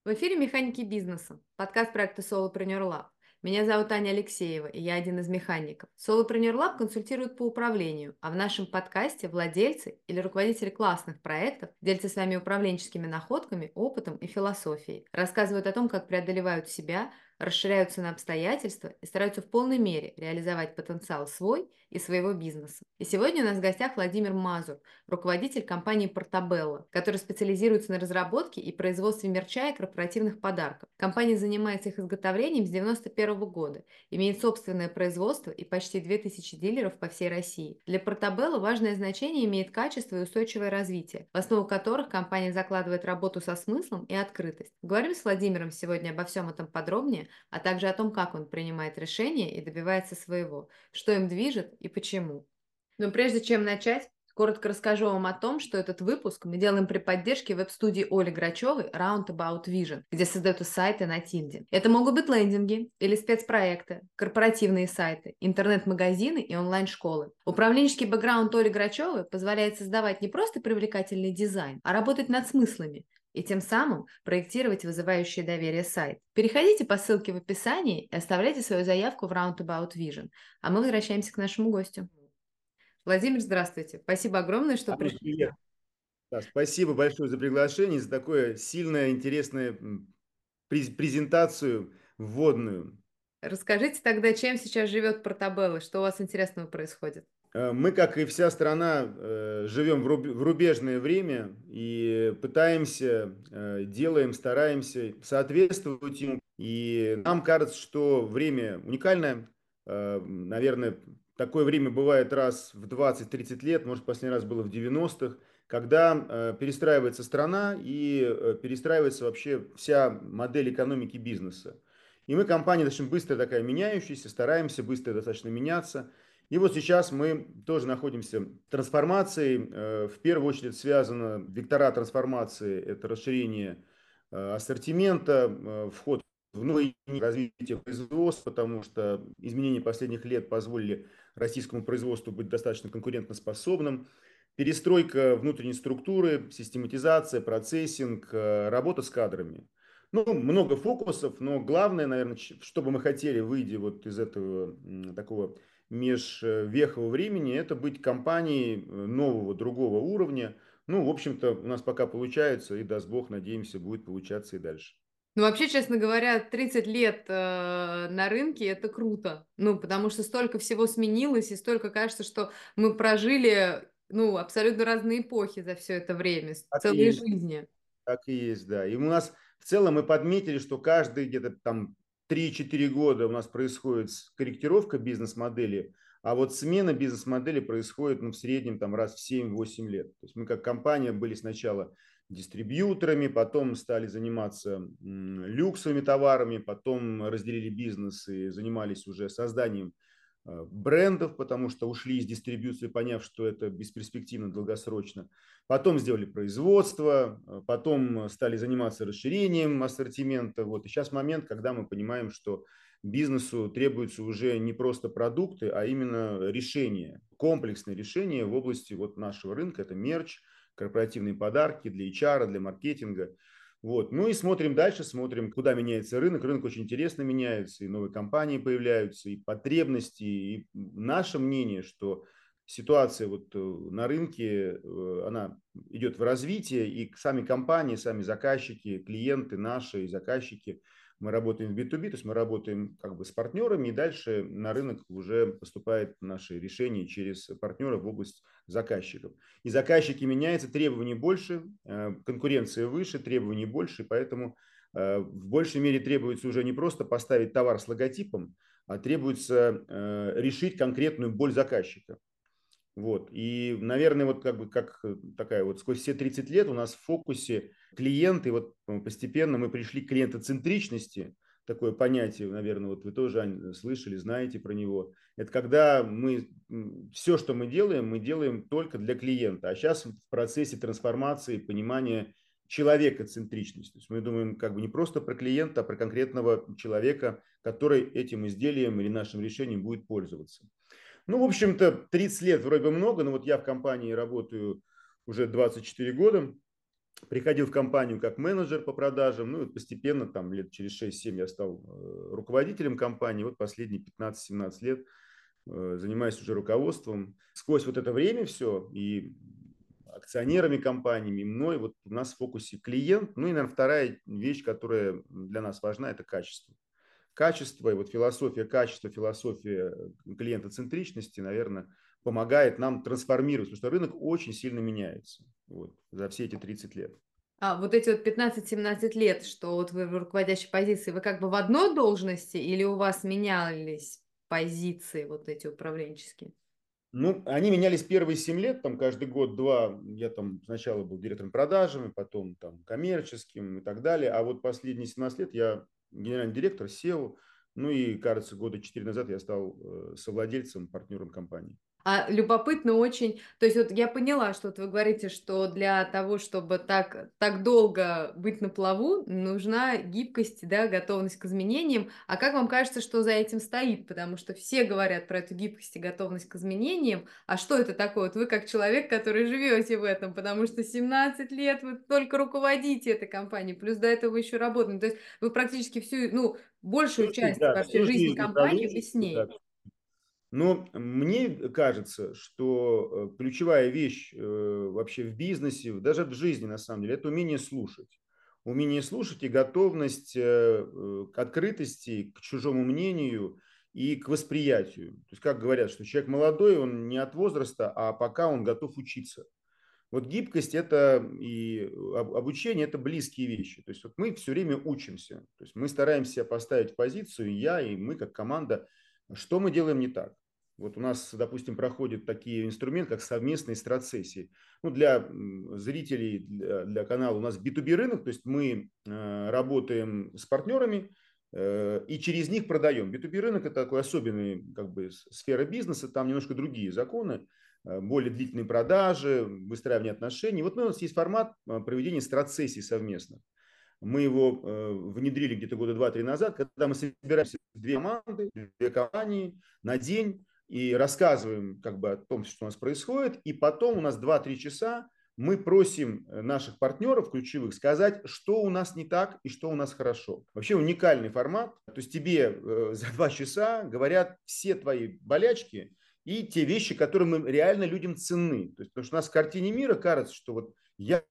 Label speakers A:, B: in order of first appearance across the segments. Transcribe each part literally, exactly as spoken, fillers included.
A: В эфире «Механики бизнеса», подкаст проекта Solopreneur Lab. Меня зовут Аня Алексеева, и я один из механиков. Solopreneur Lab консультирует по управлению, а в нашем подкасте владельцы или руководители классных проектов делятся с вами управленческими находками, опытом и философией. Рассказывают о том, как преодолевают себя, расширяются на обстоятельства и стараются в полной мере реализовать потенциал свой и своего бизнеса. И сегодня у нас в гостях Владимир Мазур, руководитель компании Portabello, который специализируется на разработке и производстве мерча и корпоративных подарков. Компания занимается их изготовлением с девяносто первого года, имеет собственное производство и почти две тысячи дилеров по всей России. Для Portabello важное значение имеет качество и устойчивое развитие, в основу которых компания закладывает работу со смыслом и открытость. Говорим с Владимиром сегодня обо всем этом подробнее, а также о том, как он принимает решения и добивается своего, что им движет и почему. Но прежде чем начать, коротко расскажу вам о том, что этот выпуск мы делаем при поддержке веб-студии Оли Грачевой Roundabout Vision, где создаются сайты на Тильде. Это могут быть лендинги или спецпроекты, корпоративные сайты, интернет-магазины и онлайн-школы. Управленческий бэкграунд Оли Грачевой позволяет создавать не просто привлекательный дизайн, а работать над смыслами, и тем самым проектировать вызывающий доверие сайт. Переходите по ссылке в описании и оставляйте свою заявку в Roundabout Vision. А мы возвращаемся к нашему гостю. Владимир, здравствуйте. Спасибо огромное, что
B: Аня,
A: пришли.
B: привет. Да, спасибо большое за приглашение, за такое сильное, интересное м, през- презентацию вводную.
A: Расскажите тогда, чем сейчас живет Portabello, что у вас интересного происходит?
B: Э, Мы, как и вся страна, э, живем в руб- в рубежное время и пытаемся, э, делаем, стараемся соответствовать ему. И нам кажется, что время уникальное. Э, Наверное, такое время бывает раз в двадцать-тридцать лет, может, последний раз было в девяностых, когда э, перестраивается страна и э, перестраивается вообще вся модель экономики бизнеса. И мы, компания, достаточно быстро такая меняющаяся, стараемся быстро достаточно меняться. И вот сейчас мы тоже находимся в трансформации. Э, В первую очередь связано вектора трансформации, это расширение э, ассортимента, э, вход в новое развитие производства, потому что изменения последних лет позволили российскому производству быть достаточно конкурентоспособным. Перестройка внутренней структуры, систематизация, процессинг, э, работа с кадрами. Ну, много фокусов, но главное, наверное, что бы мы хотели, выйдя вот из этого м, такого межвехового времени, это быть компанией э, нового, другого уровня. Ну, в общем-то, у нас пока получается, и даст Бог, надеемся, будет получаться и дальше.
A: Ну, вообще, честно говоря, тридцать лет э, на рынке– это круто. Ну, потому что столько всего сменилось, и столько кажется, что мы прожили, ну, абсолютно разные эпохи за все это время, с-
B: Так и
A: целые
B: есть,
A: жизни.
B: так и есть, да. И у нас в целом мы подметили, что каждые где-то там три-четыре года у нас происходит корректировка бизнес-модели, а вот смена бизнес-модели происходит ну, в среднем там, раз в семь-восемь лет. То есть мы как компания были сначала дистрибьюторами, потом стали заниматься м, люксовыми товарами, потом разделили бизнес и занимались уже созданием э, брендов, потому что ушли из дистрибьюции, поняв, что это бесперспективно долгосрочно. Потом сделали производство, э, потом стали заниматься расширением ассортимента. Вот. И сейчас момент, когда мы понимаем, что бизнесу требуются уже не просто продукты, а именно решения, комплексные решения в области вот нашего рынка. Это мерч, корпоративные подарки для эйч ар, для маркетинга. Вот. Ну и смотрим дальше, смотрим, куда меняется рынок. Рынок очень интересно меняется, и новые компании появляются, и потребности. И наше мнение, что ситуация вот э, на рынке, э, она идет в развитие, и сами компании, сами заказчики, клиенты наши и заказчики, мы работаем в би ту би, то есть мы работаем как бы с партнерами, и дальше на рынок уже поступают наши решения через партнеров в область заказчиков. И заказчики меняются, требований больше, э, конкуренция выше, требований больше, поэтому э, в большей мере требуется уже не просто поставить товар с логотипом, а требуется э, решить конкретную боль заказчика. Вот. И, наверное, вот как бы как такая вот сквозь все тридцать лет у нас в фокусе клиенты, вот постепенно мы пришли к клиентоцентричности, такое понятие, наверное, вот вы тоже, Ань, слышали, знаете про него. Это когда мы все, что мы делаем, мы делаем только для клиента. А сейчас в процессе трансформации, понимания человекоцентричности. То есть мы думаем как бы не просто про клиента, а про конкретного человека, который этим изделием или нашим решением будет пользоваться. Ну, в общем-то, тридцать лет вроде бы много, но вот я в компании работаю уже двадцать четыре года. Приходил в компанию как менеджер по продажам, ну и постепенно, там лет через шесть-семь я стал э, руководителем компании. Вот последние пятнадцать-семнадцать лет э, занимаюсь уже руководством. Сквозь вот это время все и акционерами компаниями, и мной, вот у нас в фокусе клиент. Ну и, наверное, вторая вещь, которая для нас важна, это качество. Качество и вот философия качества, философия клиентоцентричности, наверное, помогает нам трансформироваться, потому что рынок очень сильно меняется вот, за все эти тридцать лет.
A: А вот эти вот пятнадцать-семнадцать лет, что вот вы в руководящей позиции, вы как бы в одной должности или у вас менялись позиции вот эти управленческие?
B: Ну, они менялись первые семь лет, там каждый год-два, я там сначала был директором продажами, потом там коммерческим и так далее, а вот последние семнадцать лет я генеральный директор, сео, ну и, кажется, года четыре назад я стал э, совладельцем, партнером компании.
A: А любопытно очень, то есть вот я поняла, что вот вы говорите, что для того, чтобы так, так долго быть на плаву, нужна гибкость, да, готовность к изменениям. А как вам кажется, что за этим стоит? Потому что все говорят про эту гибкость и готовность к изменениям. А что это такое? Вот вы как человек, который живете в этом, потому что семнадцать лет вы только руководите этой компанией, плюс до этого вы еще работаете. То есть вы практически всю, ну, большую
B: Всю жизнь,
A: часть
B: да,
A: вообще
B: всю
A: жизни
B: жизнь
A: компании вы
B: управленческий,
A: с
B: да.
A: ней.
B: Но мне кажется, что э, ключевая вещь э, вообще в бизнесе, даже в жизни на самом деле, это умение слушать. Умение слушать и готовность э, э, к открытости, к чужому мнению и к восприятию. То есть, как говорят, что человек молодой, он не от возраста, а пока он готов учиться. Вот гибкость это и обучение это близкие вещи. То есть вот мы все время учимся. То есть мы стараемся себя поставить в позицию, я и мы как команда, что мы делаем не так. Вот у нас, допустим, проходят такие инструменты, как совместные страцессии. Ну, для зрителей, для, для канала у нас би ту би рынок, то есть мы э, работаем с партнерами э, и через них продаем. би ту би рынок это такой особенный как бы сфера бизнеса, там немножко другие законы, более длительные продажи, выстраивание отношений. Вот у нас есть формат проведения страцессий совместно. Мы его э, внедрили где-то года два-три назад, когда мы собираемся в две команды, две компании на день и рассказываем как бы о том, что у нас происходит. И потом у нас два-три часа мы просим наших партнеров ключевых сказать, что у нас не так и что у нас хорошо. Вообще уникальный формат. То есть тебе э, за два часа говорят все твои болячки, и те вещи, которые мы реально людям ценны. То есть, потому что у нас в картине мира кажется, что вот я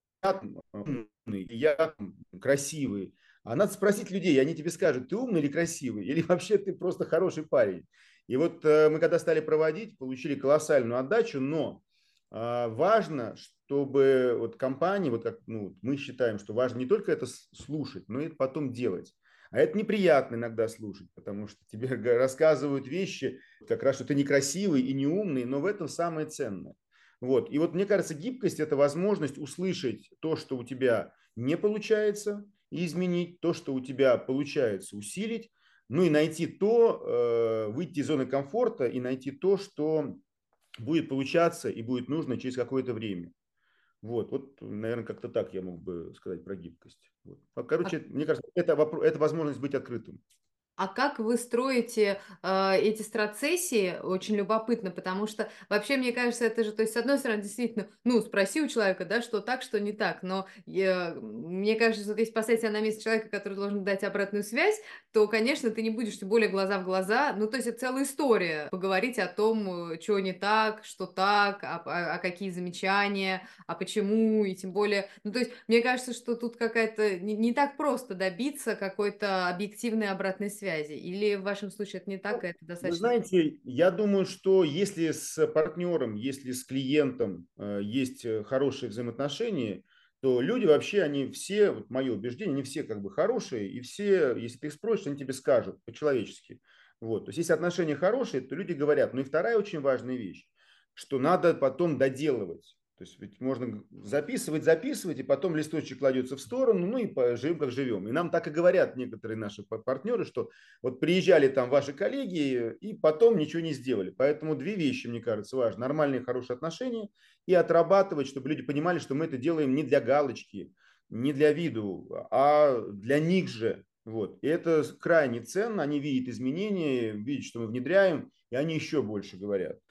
B: умный, я красивый. А надо спросить людей, они тебе скажут, ты умный или красивый, или вообще ты просто хороший парень. И вот э, мы когда стали проводить, получили колоссальную отдачу, но э, важно, чтобы вот компании, вот как ну, мы считаем, что важно не только это слушать, но и потом делать. А это неприятно иногда слушать, потому что тебе рассказывают вещи, как раз, что ты некрасивый и не умный, но в этом самое ценное. Вот. И вот мне кажется, гибкость – это возможность услышать то, что у тебя не получается, и изменить то, что у тебя получается, усилить, ну и найти то, э, выйти из зоны комфорта и найти то, что будет получаться и будет нужно через какое-то время. Вот, вот, наверное, как-то так я мог бы сказать про гибкость. Вот.
A: А
B: Короче, мне кажется, это, вопро- это возможность быть открытым.
A: А как вы строите э, эти страцессии? Очень любопытно, потому что вообще, мне кажется, это же, то есть, с одной стороны, действительно, ну, спроси у человека, да, что так, что не так, но я, мне кажется, что если поставить себя на место человека, который должен дать обратную связь, то, конечно, ты не будешь, тем более глаза в глаза, ну, то есть, это целая история, поговорить о том, э, что не так, что так, а, а- а какие замечания, а почему, и тем более, ну, то есть, мне кажется, что тут какая-то, не, не так просто добиться какой-то объективной обратной связи. Или в вашем случае это не так, и это
B: Вы
A: достаточно просто?
B: знаете, я думаю, что если с партнером, если с клиентом э, есть э, хорошие взаимоотношения, то люди вообще, они все, вот мое убеждение, они все как бы хорошие, и все, если ты их спросишь, они тебе скажут по-человечески. Вот. То есть, если отношения хорошие, то люди говорят. Ну и вторая очень важная вещь, что надо потом доделывать. То есть ведь можно записывать, записывать, и потом листочек кладется в сторону, ну и живем как живем. И нам так и говорят некоторые наши партнеры, что вот приезжали там ваши коллеги и потом ничего не сделали. Поэтому две вещи, мне кажется, важны. Нормальные, хорошие отношения и отрабатывать, чтобы люди понимали, что мы это делаем не для галочки, не для виду, а для них же. Вот. И это крайне ценно. Они видят изменения, видят, что мы внедряем, и они еще больше говорят.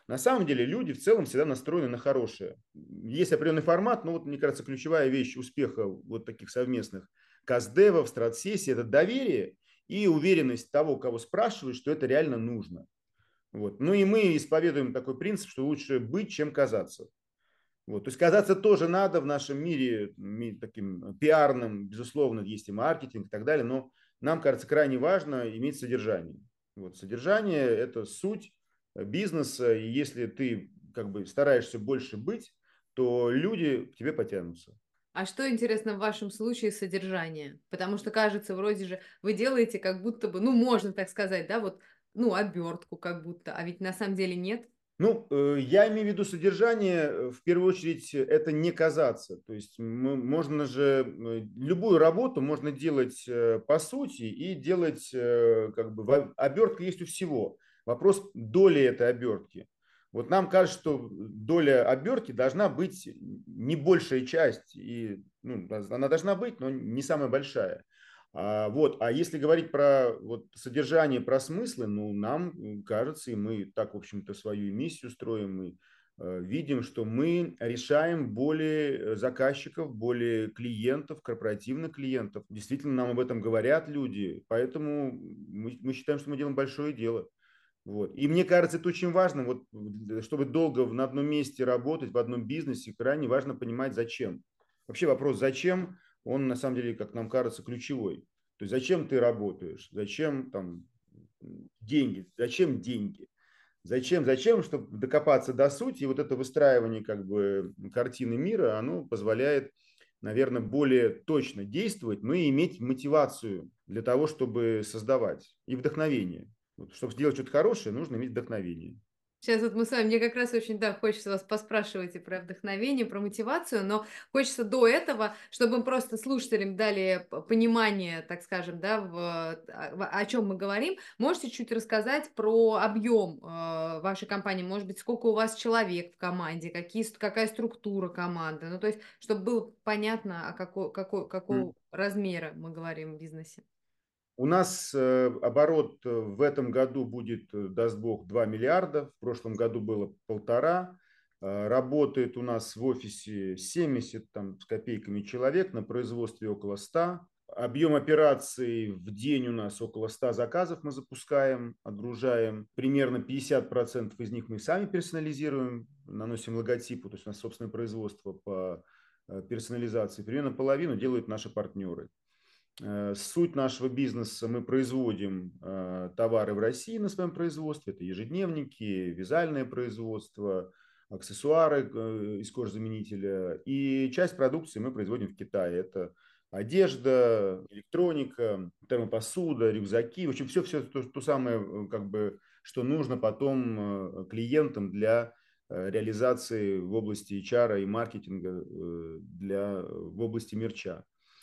B: На самом деле люди в целом всегда настроены на хорошее. Есть определенный формат, но вот, мне кажется, ключевая вещь успеха вот таких совместных каздевов, стратсессий – это доверие и уверенность того, кого спрашивают, что это реально нужно. Вот. Ну и мы исповедуем такой принцип, что лучше быть, чем казаться. Вот. То есть казаться тоже надо в нашем мире, ми- таким пиарным, безусловно, есть и маркетинг и так далее, но нам кажется крайне важно иметь содержание. Вот. Содержание – это суть бизнеса, и если ты как бы стараешься больше быть, то люди к тебе потянутся.
A: А что интересно в вашем случае содержание? Потому что кажется, вроде же вы делаете как будто бы, ну, можно так сказать, да, вот, ну, обертку как будто, а ведь на самом деле нет.
B: Ну, э, я имею в виду содержание, э, в первую очередь, э, это не казаться. То есть мы- можно же э, любую работу можно делать э, по сути и делать э, как бы во- обертка есть у всего. Вопрос доли этой обертки. Вот нам кажется, что доля обертки должна быть не большая часть, и ну, она должна быть, но не самая большая. А, вот. А если говорить про вот, содержание, про смыслы, ну, нам кажется, и мы так, в общем-то, свою миссию строим, мы э, видим, что мы решаем более э, заказчиков, более клиентов, корпоративных клиентов. Действительно, нам об этом говорят люди, поэтому мы, мы считаем, что мы делаем большое дело. Вот. И мне кажется, это очень важно, вот, чтобы долго на одном месте работать, в одном бизнесе, крайне важно понимать, зачем. Вообще вопрос «зачем?» он на самом деле, как нам кажется, ключевой. То есть зачем ты работаешь, зачем там деньги, зачем деньги, зачем, зачем, чтобы докопаться до сути. И вот это выстраивание как бы картины мира, оно позволяет, наверное, более точно действовать, но и иметь мотивацию для того, чтобы создавать и вдохновение. Вот, чтобы сделать что-то хорошее, нужно иметь вдохновение.
A: Сейчас вот мы с вами, мне как раз очень, да, хочется вас поспрашивать и про вдохновение, про мотивацию, но хочется до этого, чтобы мы просто слушателям дали п- понимание, так скажем, да, в, а, в- о чем мы говорим. Можете чуть рассказать про объем э, вашей компании, может быть, сколько у вас человек в команде, какие, ст- какая структура команды, ну, то есть, чтобы было понятно, о какой, какой, какого размера мы говорим в бизнесе.
B: У нас э, оборот э, в этом году будет, э, даст бог, два миллиарда. В прошлом году было полтора. Э, Работает у нас в офисе семьдесят там, с копейками человек, на производстве около ста. Объем операций в день у нас около ста заказов мы запускаем, отгружаем. Примерно пятьдесят процентов из них мы сами персонализируем, наносим логотипы, то есть у нас собственное производство по э, персонализации. Примерно половину делают наши партнеры. Э, Суть нашего бизнеса: мы производим э, товары в России на своем производстве. Это ежедневники, вязальное производство, аксессуары э, из кожзаменителя. И часть продукции мы производим в Китае. Это одежда, электроника, термопосуда, рюкзаки. В общем, все, все то, то самое, э, как бы, что нужно потом э, клиентам для э, реализации в области эйч ар и маркетинга, э, для, в области мерча.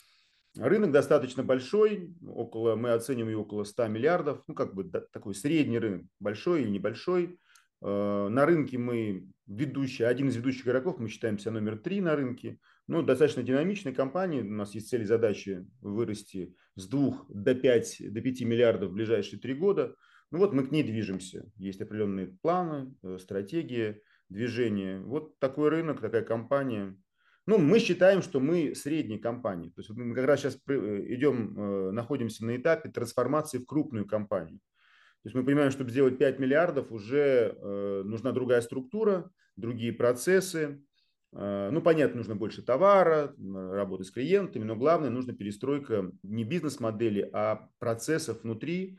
B: Рынок достаточно большой, около, мы оцениваем его около ста миллиардов, ну как бы да, такой средний рынок, большой и небольшой. Э, На рынке мы ведущий, один из ведущих игроков, мы считаемся номер три на рынке. Ну, достаточно динамичная компания, у нас есть цель и задача вырасти с двух до пяти, до пяти миллиардов в ближайшие три года. Ну вот мы к ней движемся, есть определенные планы, э, стратегия движения. Вот такой рынок, такая компания. Ну, мы считаем, что мы средняя компания. То есть мы как раз сейчас идем, э, находимся на этапе трансформации в крупную компанию. То есть мы понимаем, чтобы сделать пять миллиардов, уже э, нужна другая структура, другие процессы. Э, ну, понятно, нужно больше товара, работы с клиентами, но главное, нужна перестройка не бизнес-модели, а процессов внутри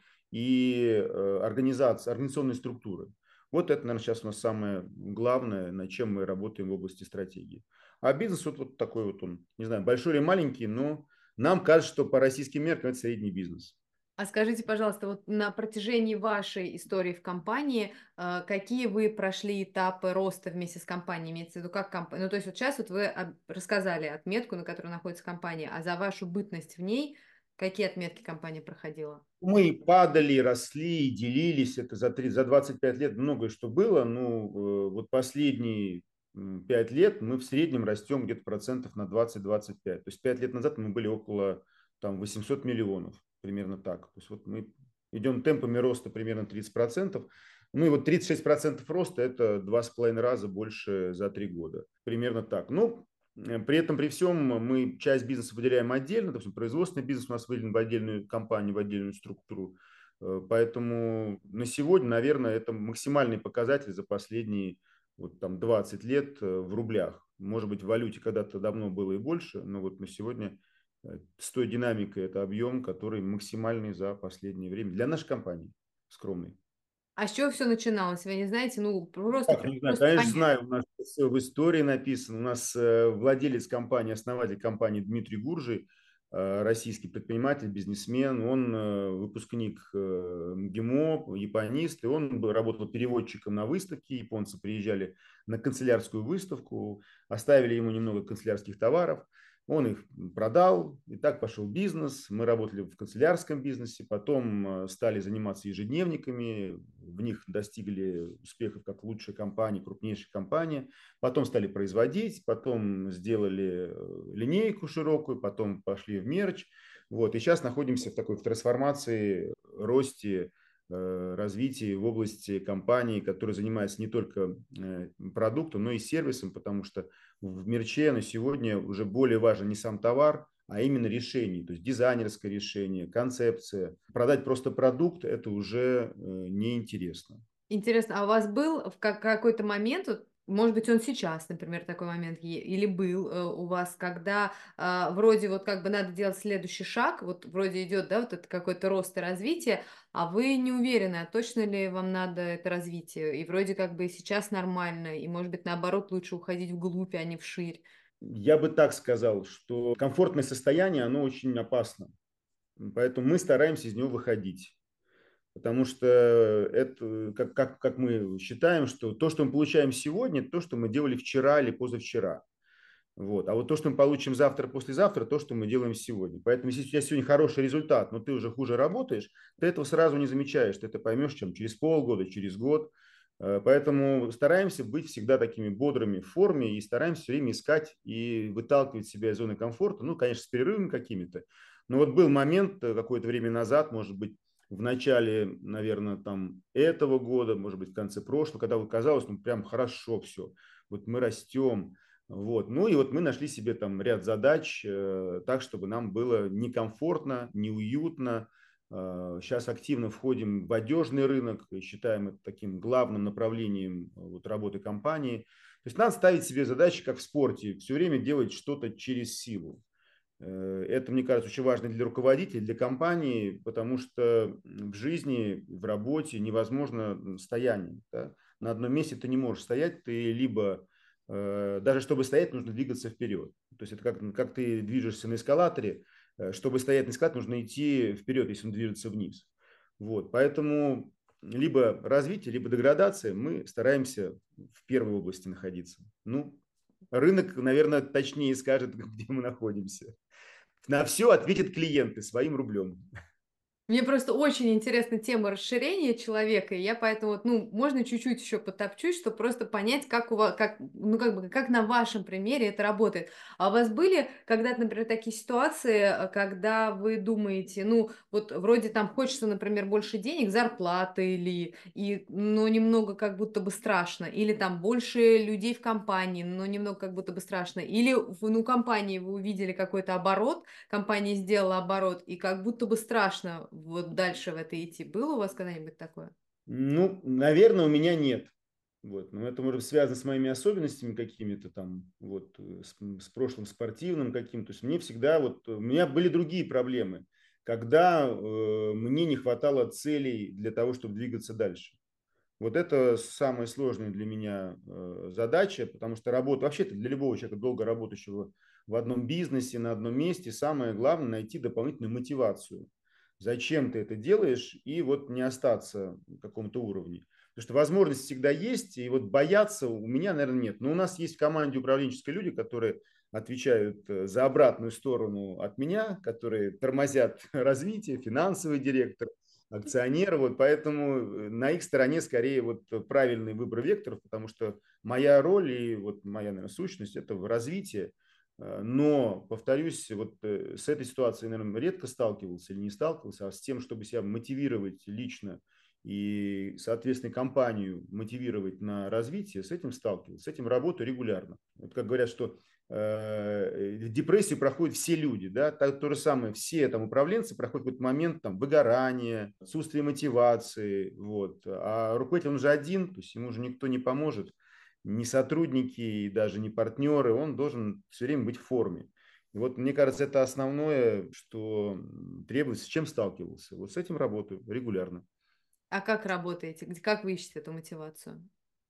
B: и э, организации, организационной структуры. Вот это, наверное, сейчас у нас самое главное, над чем мы работаем в области стратегии. А бизнес вот, вот такой вот он, не знаю, большой или маленький, но нам кажется, что по российским меркам это средний бизнес.
A: А скажите, пожалуйста, вот на протяжении вашей истории в компании, э, какие вы прошли этапы роста вместе с компанией? Имеется в виду, как компания? Ну, то есть вот сейчас вот вы об- рассказали отметку, на которой находится компания, а за вашу бытность в ней, какие отметки компания проходила?
B: Мы падали, росли, делились. Это за, три, за двадцать пять лет многое что было. Ну, э, вот последние м, пять лет мы в среднем растем где-то процентов на двадцать-двадцать пять. То есть пять лет назад мы были около там, восемьсот миллионов, примерно так. То есть вот мы идем темпами роста примерно тридцать процентов. Ну и вот тридцать шесть процентов роста – это два с половиной раза больше за три года. Примерно так. Ну, при этом, при всем, мы часть бизнеса выделяем отдельно, допустим, производственный бизнес у нас выделен в отдельную компанию, в отдельную структуру. Поэтому на сегодня, наверное, это максимальный показатель за последние вот, там, двадцать лет в рублях. Может быть, в валюте когда-то давно было и больше, но вот на сегодня с той динамикой это объем, который максимальный за последнее время для нашей компании, скромный.
A: А с чего все начиналось? Вы не знаете? Ну, просто,
B: Как, не знаю,
A: просто
B: конечно,
A: понять.
B: знаю, у нас все в истории написано. У нас э, владелец компании, основатель компании Дмитрий Гуржий, э, российский предприниматель, бизнесмен, он э, выпускник э, МГИМО, японист, и он был, работал переводчиком на выставке, японцы приезжали на канцелярскую выставку, оставили ему немного канцелярских товаров, он их продал, и так пошел бизнес. Мы работали в канцелярском бизнесе, потом э, стали заниматься ежедневниками, в них достигли успехов как лучшая компания, крупнейшая компания. Потом стали производить, потом сделали э, линейку широкую, потом пошли в мерч. Вот, и сейчас находимся в такой в трансформации, росте, э, развитии в области компании, которая занимается не только э, продуктом, но и сервисом, потому что в мерче на сегодня уже более важен не сам товар, а именно решение, то есть дизайнерское решение, концепция. Продать просто продукт – это уже э, неинтересно.
A: Интересно, а у вас был в ка- какой-то момент, вот, может быть, он сейчас, например, такой момент, е- или был э, у вас, когда а, вроде вот как бы надо делать следующий шаг, вот вроде идет, да, вот это какой-то рост и развитие, а вы не уверены, а точно ли вам надо это развитие, и вроде как бы и сейчас нормально, и, может быть, наоборот, лучше уходить вглубь, а не вширь.
B: Я бы так сказал, что комфортное состояние, оно очень опасно. Поэтому мы стараемся из него выходить. Потому что это, как, как, как мы считаем, что то, что мы получаем сегодня, это то, что мы делали вчера или позавчера. Вот. А вот то, что мы получим завтра, послезавтра, то, что мы делаем сегодня. Поэтому, если у тебя сегодня хороший результат, но ты уже хуже работаешь, ты этого сразу не замечаешь. Ты это поймешь чем? Через полгода, через год. Э, Поэтому стараемся быть всегда такими бодрыми в форме и стараемся все время искать и выталкивать себя из зоны комфорта. Ну, конечно, с перерывами какими-то. Но вот был момент э, какое-то время назад, может быть, в начале, наверное, там этого года, может быть, в конце прошлого, когда вот казалось, ну, прям хорошо все. Вот мы растем, вот. Ну и вот мы нашли себе там ряд задач, э, так, чтобы нам было некомфортно, неуютно. Э, сейчас активно входим в одежный рынок и считаем это таким главным направлением э, вот, работы компании. То есть надо ставить себе задачи, как в спорте, все время делать что-то через силу. Э, Это, мне кажется, очень важно для руководителей, для компании, потому что в жизни, в работе невозможно стояние. Да? На одном месте ты не можешь стоять, ты либо, э, даже чтобы стоять, нужно двигаться вперед. То есть это как, как ты движешься на эскалаторе, э, чтобы стоять на эскалаторе, нужно идти вперед, если он движется вниз. Вот, поэтому либо развитие, либо деградация, мы стараемся в первой области находиться. Ну, рынок, наверное, точнее скажет, где мы находимся. На все ответят клиенты своим рублем.
A: Мне просто очень интересна тема расширения человека, и я поэтому, вот, ну, можно чуть-чуть еще потопчусь, чтобы просто понять, как у вас, как, ну, как бы, как на вашем примере это работает. А у вас были когда-то, например, такие ситуации, э, когда вы думаете, ну, вот вроде там хочется, например, больше денег, зарплаты или, и, но немного как будто бы страшно, или там больше людей в компании, но немного как будто бы страшно, или в, ну, компании вы увидели какой-то оборот, компания сделала оборот, и как будто бы страшно вот дальше в это идти. Было у вас когда-нибудь такое?
B: Ну, наверное, у меня нет. Вот. Но это может быть связано с моими особенностями какими-то там, вот, э, с, с прошлым спортивным каким-то. То есть мне всегда, вот, у меня были другие проблемы, когда э, мне не хватало целей для того, чтобы двигаться дальше. Вот это самая сложная для меня э, задача, потому что работа, вообще-то для любого человека, долго работающего в одном бизнесе, на одном месте, самое главное найти дополнительную мотивацию. Зачем ты это делаешь, и вот не остаться на каком-то уровне. Потому что возможность всегда есть, и вот бояться у меня, наверное, нет. Но у нас есть в команде управленческие люди, которые отвечают э, за обратную сторону от меня, которые тормозят развитие, финансовый директор, акционеры, вот поэтому э, на их стороне скорее вот правильный выбор векторов, потому что моя роль и вот моя, наверное, сущность – это в развитии. Э, но, повторюсь, вот э, с этой ситуацией, наверное, редко сталкивался или не сталкивался, а с тем, чтобы себя мотивировать лично и, соответственно, компанию мотивировать на развитие, с этим сталкиваться, с этим работаю регулярно. Вот как говорят, что э, депрессию проходят все люди, да, так, то же самое, все там управленцы проходят какой-то момент там выгорания, отсутствие мотивации, вот, а руководитель, он же один, то есть ему же никто не поможет, ни сотрудники, и даже не партнеры, он должен все время быть в форме. И вот мне кажется, это основное, что требуется, с чем сталкивался. Вот с этим работаю регулярно.
A: А как работаете? Где- Как вы ищете эту мотивацию?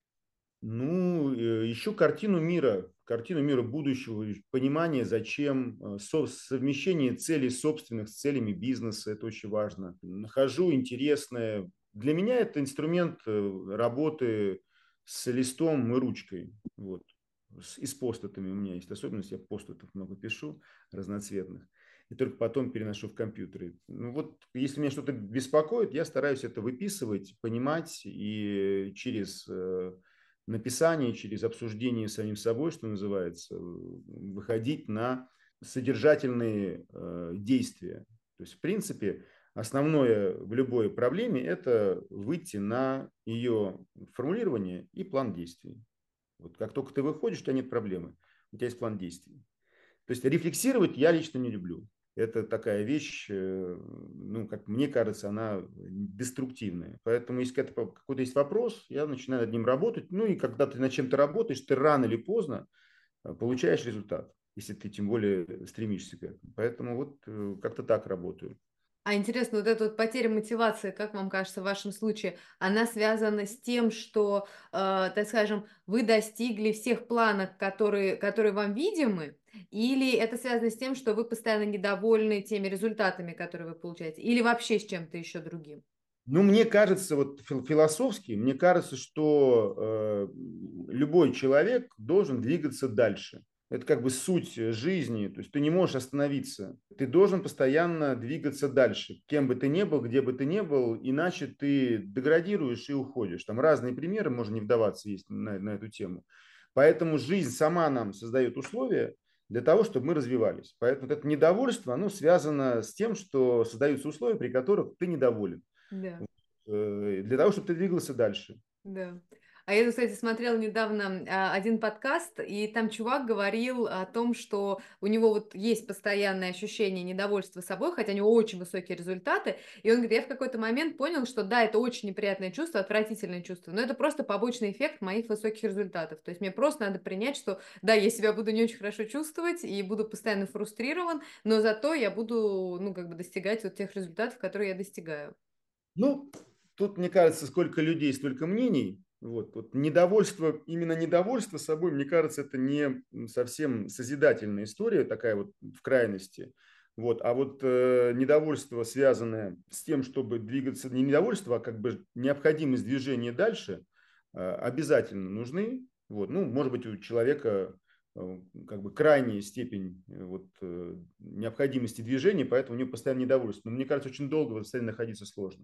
B: Ну, э, ищу картину мира, картину мира будущего, и понимание, зачем, э, со- совмещение целей собственных с целями бизнеса, это очень важно. Нахожу интересное. Для меня это инструмент э, работы с листом и ручкой. Вот. С- И с постатами у меня есть особенность, я постатов много пишу, разноцветных, и только потом переношу в компьютеры. Ну вот, если меня что-то беспокоит, я стараюсь это выписывать, понимать, и через э, написание, через обсуждение с самим собой, что называется, выходить на содержательные э, действия. То есть, в принципе, основное в любой проблеме – это выйти на ее формулирование и план действий. Вот как только ты выходишь, у тебя нет проблемы, у тебя есть план действий. То есть рефлексировать я лично не люблю. Это такая вещь, э, ну, как мне кажется, она деструктивная. Поэтому, если какой-то есть вопрос, я начинаю над ним работать. Ну, и когда ты над чем-то работаешь, ты рано или поздно э, получаешь результат, если ты тем более стремишься к этому. Поэтому вот э, как-то так работаю.
A: А интересно, вот эта вот потеря мотивации, как вам кажется, в вашем случае, она связана с тем, что, э, так скажем, вы достигли всех планов, которые, которые вам видимы, или это связано с тем, что вы постоянно недовольны теми результатами, которые вы получаете, или вообще с чем-то еще другим?
B: Ну, мне кажется, вот философски, мне кажется, что э, любой человек должен двигаться дальше. Это как бы суть жизни. То есть ты не можешь остановиться. Ты должен постоянно двигаться дальше. Кем бы ты ни был, где бы ты ни был, иначе ты деградируешь и уходишь. Там разные примеры, можно не вдаваться, есть на, на эту тему. Поэтому жизнь сама нам создает условия для того, чтобы мы развивались. Поэтому вот это недовольство, оно связано с тем, что создаются условия, при которых ты недоволен.
A: Да.
B: Э, Для того, чтобы ты двигался дальше.
A: Да. А я, кстати, смотрела недавно а, один подкаст, и там чувак говорил о том, что у него вот есть постоянное ощущение недовольства собой, хотя у него очень высокие результаты. И он говорит, я в какой-то момент понял, что да, это очень неприятное чувство, отвратительное чувство, но это просто побочный эффект моих высоких результатов. То есть мне просто надо принять, что да, я себя буду не очень хорошо чувствовать и буду постоянно фрустрирован, но зато я буду, ну, как бы достигать вот тех результатов, которые я достигаю.
B: Ну, тут, мне кажется, сколько людей, столько мнений. Вот, вот недовольство, именно недовольство собой, мне кажется, это не совсем созидательная история, такая вот в крайности. Вот, а вот э, недовольство, связанное с тем, чтобы двигаться, не недовольство, а как бы необходимость движения дальше, э, обязательно нужны. Вот, ну, может быть, у человека э, как бы крайняя степень э, вот, э, необходимости движения, поэтому у него постоянно недовольство. Но мне кажется, очень долго в этом состоянии находиться сложно.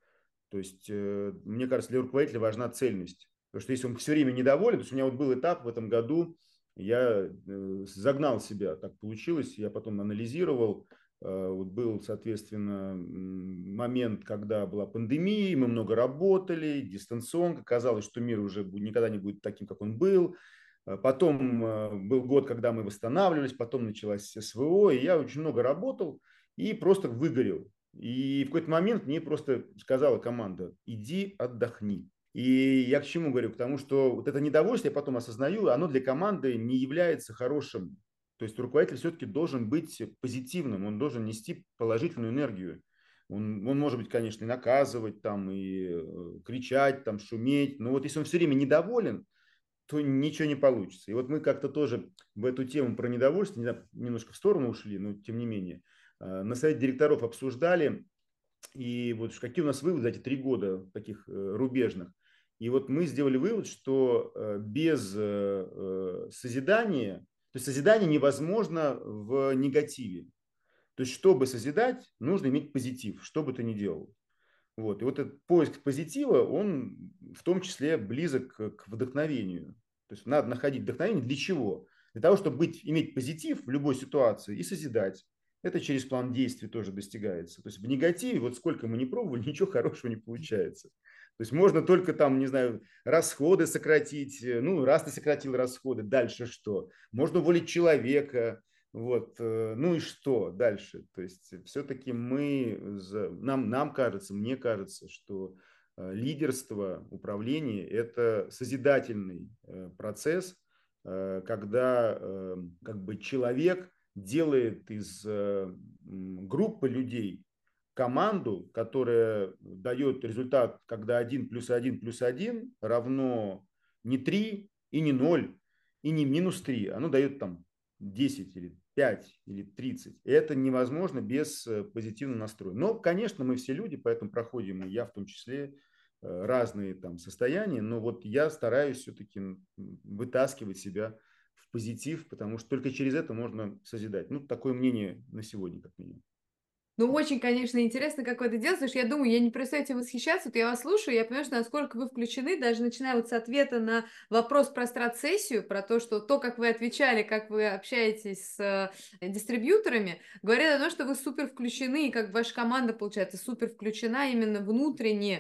B: То есть, э, мне кажется, для руководителя важна цельность. Потому что если он все время недоволен, то есть у меня вот был этап в этом году, я э, загнал себя, так получилось, я потом анализировал, э, вот был, соответственно, момент, когда была пандемия, мы много работали, дистанционка, казалось, что мир уже никогда не будет таким, как он был. Потом э, был год, когда мы восстанавливались, потом началась СВО, и я очень много работал и просто выгорел. И в какой-то момент мне просто сказала команда, иди отдохни. И я к чему говорю? К тому, что вот это недовольство, я потом осознаю, оно для команды не является хорошим. То есть руководитель все-таки должен быть позитивным, он должен нести положительную энергию. Он, он может быть, конечно, и наказывать, там, и э, кричать, там, шуметь. Но вот если он все время недоволен, то ничего не получится. И вот мы как-то тоже в эту тему про недовольство, не знаю, немножко в сторону ушли, но тем не менее, э, на совете директоров обсуждали, и вот какие у нас выводы за эти три года таких э, рубежных. И вот мы сделали вывод, что э, без э, созидания, то есть созидание невозможно в негативе. То есть, чтобы созидать, нужно иметь позитив, что бы ты ни делал. Вот. И вот этот поиск позитива, он в том числе близок к вдохновению. То есть надо находить вдохновение для чего? Для того, чтобы быть, иметь позитив в любой ситуации и созидать. это через план действий тоже достигается. То есть в негативе, вот сколько мы не пробовали, ничего хорошего не получается. То есть можно только там, не знаю, расходы сократить. Ну, раз ты сократил расходы, дальше что? Можно уволить человека. Вот, э, ну и что дальше? То есть все-таки мы, нам, нам кажется, мне кажется, что э, лидерство, управление – это созидательный э, процесс, э, когда э, как бы человек делает из э, группы людей команду, которая дает результат, когда один плюс один плюс один равно не три и не ноль и не минус три, оно дает там десять или пять или тридцать. И это невозможно без позитивного настроя. Но, конечно, мы все люди, поэтому проходим, и я в том числе, разные там состояния, но вот я стараюсь все-таки вытаскивать себя в позитив, потому что только через это можно созидать. Ну, такое мнение на сегодня, как минимум.
A: Ну, очень, конечно, интересно, как вы это делаете, потому что я думаю, я не перестаю этим восхищаться, вот я вас слушаю, я понимаю, что насколько вы включены, даже начиная вот с ответа на вопрос про страт-сессию, про то, что то, как вы отвечали, как вы общаетесь с э, дистрибьюторами, говорят о том, что вы супер включены, и как ваша команда, получается, супер включена именно внутренне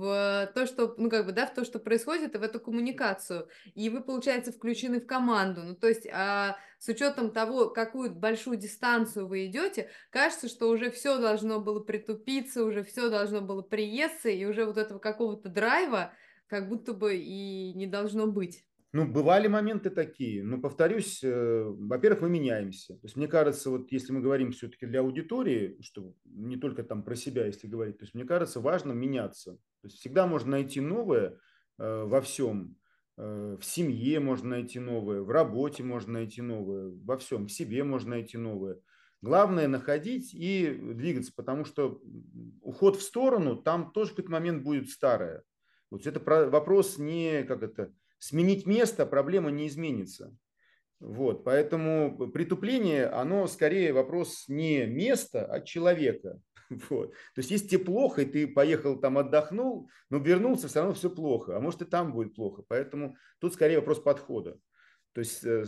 A: в то, что, ну, как бы, да, в то, что происходит, и в эту коммуникацию. И вы, получается, включены в команду. Ну, то есть, а, с учетом того, какую большую дистанцию вы идете, кажется, что уже все должно было притупиться, уже все должно было приесться, и уже вот этого какого-то драйва как будто бы и не должно быть.
B: Ну, бывали моменты такие, но, повторюсь, э, во-первых, мы меняемся. То есть, мне кажется, вот если мы говорим все-таки для аудитории, что не только там про себя, если говорить, то есть, мне кажется, важно меняться. То есть, всегда можно найти новое э, во всем. Э, в семье можно найти новое, в работе можно найти новое, во всем, в себе можно найти новое. Главное находить и двигаться, потому что уход в сторону, там тоже в какой-то момент будет старое. Вот это про- вопрос не как это сменить место, проблема не изменится. Вот, поэтому притупление, оно скорее вопрос не места, а человека. Вот. То есть, если тебе плохо, и ты поехал там отдохнул, но вернулся, все равно все плохо. А может и там будет плохо. Поэтому тут скорее вопрос подхода. То есть э,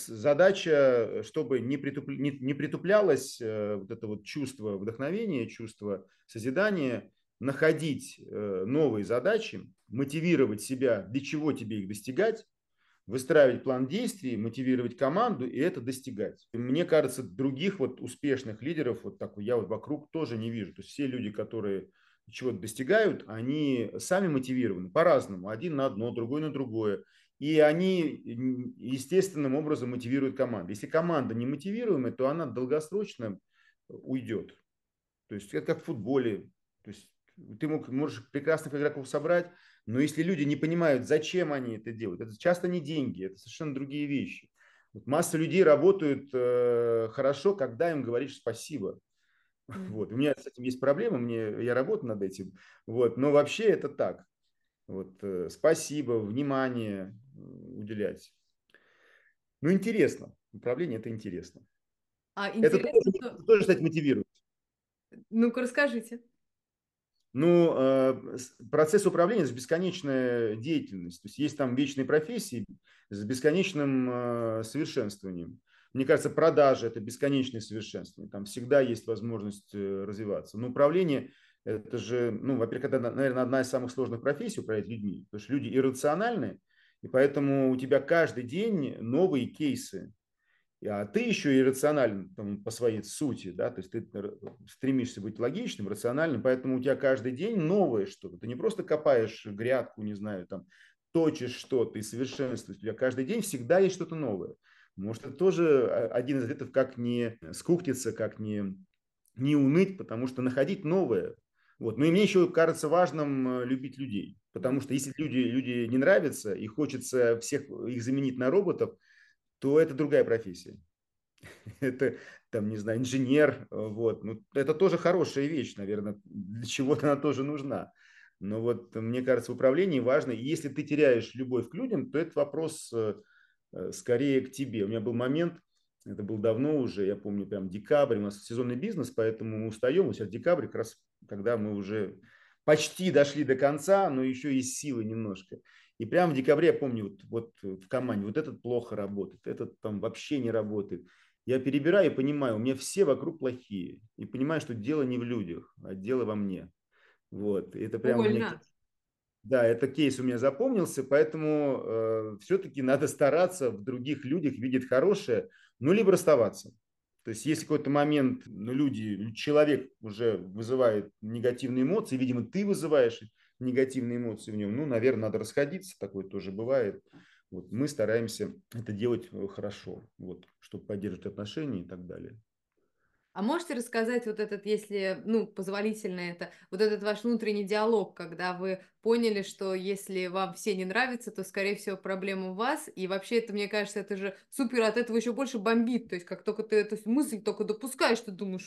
B: задача, чтобы не, притупля, не, не притуплялось э, вот это вот чувство вдохновения, чувство созидания, находить э, новые задачи, мотивировать себя, для чего тебе их достигать, выстраивать план действий, мотивировать команду и это достигать. И мне кажется, других вот успешных лидеров, вот так я вот вокруг тоже не вижу. То есть все люди, которые чего-то достигают, они сами мотивированы по-разному. Один на одно, другой на другое. И они естественным образом мотивируют команду. Если команда не мотивируемая, то она долгосрочно уйдет. То есть это как в футболе. То есть ты мог, можешь прекрасных игроков собрать, но если люди не понимают, зачем они это делают, это часто не деньги, это совершенно другие вещи. Вот масса людей работают э, хорошо, когда им говоришь спасибо.
A: Mm.
B: Вот. У меня с этим есть проблемы, мне, я работаю над этим. Вот. Но вообще это так. Вот. Э, спасибо, внимание э, уделять. Ну, интересно. Управление – это интересно.
A: А
B: Это
A: интересно,
B: тоже,
A: то...
B: тоже, кстати, мотивирует.
A: Ну-ка, расскажите.
B: Ну, э, процесс управления – это бесконечная деятельность. То есть есть там вечные профессии с бесконечным э, совершенствованием. Мне кажется, продажи – это бесконечное совершенствование. Там всегда есть возможность э, развиваться. Но управление – это же, ну, во-первых, это, наверное, одна из самых сложных профессий – управлять людьми. Потому что люди иррациональны, и поэтому у тебя каждый день новые кейсы. А ты еще и рационален там, по своей сути, да, то есть ты стремишься быть логичным, рациональным, поэтому у тебя каждый день новое что-то. Ты не просто копаешь грядку, не знаю, там, точишь что-то и совершенствуешь. У тебя каждый день всегда есть что-то новое. Может, это тоже один из ответов, как не скуктиться, как не, не уныть, потому что находить новое. Вот. Ну и мне еще кажется важным любить людей, потому что если люди, люди не нравятся и хочется всех их заменить на роботов, то это другая профессия. Это, там, не знаю, инженер, вот. Ну, это тоже хорошая вещь, наверное, для чего-то она тоже нужна. Но вот мне кажется, в управлении важно, если ты теряешь любовь к людям, то это вопрос э, э, скорее к тебе. У меня был момент, это был давно уже, я помню, прям декабрь, у нас сезонный бизнес, поэтому мы устаем, вот сейчас декабрь, как раз когда мы уже почти дошли до конца, но еще есть силы немножко. И прямо в декабре, я помню, вот, вот в команде, вот этот плохо работает, этот там вообще не работает. Я перебираю и понимаю, у меня все вокруг плохие. И понимаю, что дело не в людях, а дело во мне. Вот. И это прям у меня...
A: Больно.
B: Да, это кейс у меня запомнился, поэтому э, все-таки надо стараться в других людях видеть хорошее, ну, либо расставаться. То есть, если какой-то момент, ну, люди, человек уже вызывает негативные эмоции, видимо, ты вызываешь негативные эмоции в нем, ну, наверное, надо расходиться, такое тоже бывает. Вот, мы стараемся это делать э, хорошо, вот, чтобы поддерживать отношения и так далее.
A: А можете рассказать вот этот, если, ну, позволительно это, вот этот ваш внутренний диалог, когда вы поняли, что если вам все не нравятся, то, скорее всего, проблема у вас, и вообще это, мне кажется, это же супер, от этого еще больше бомбит, то есть как только ты эту мысль только допускаешь, ты думаешь,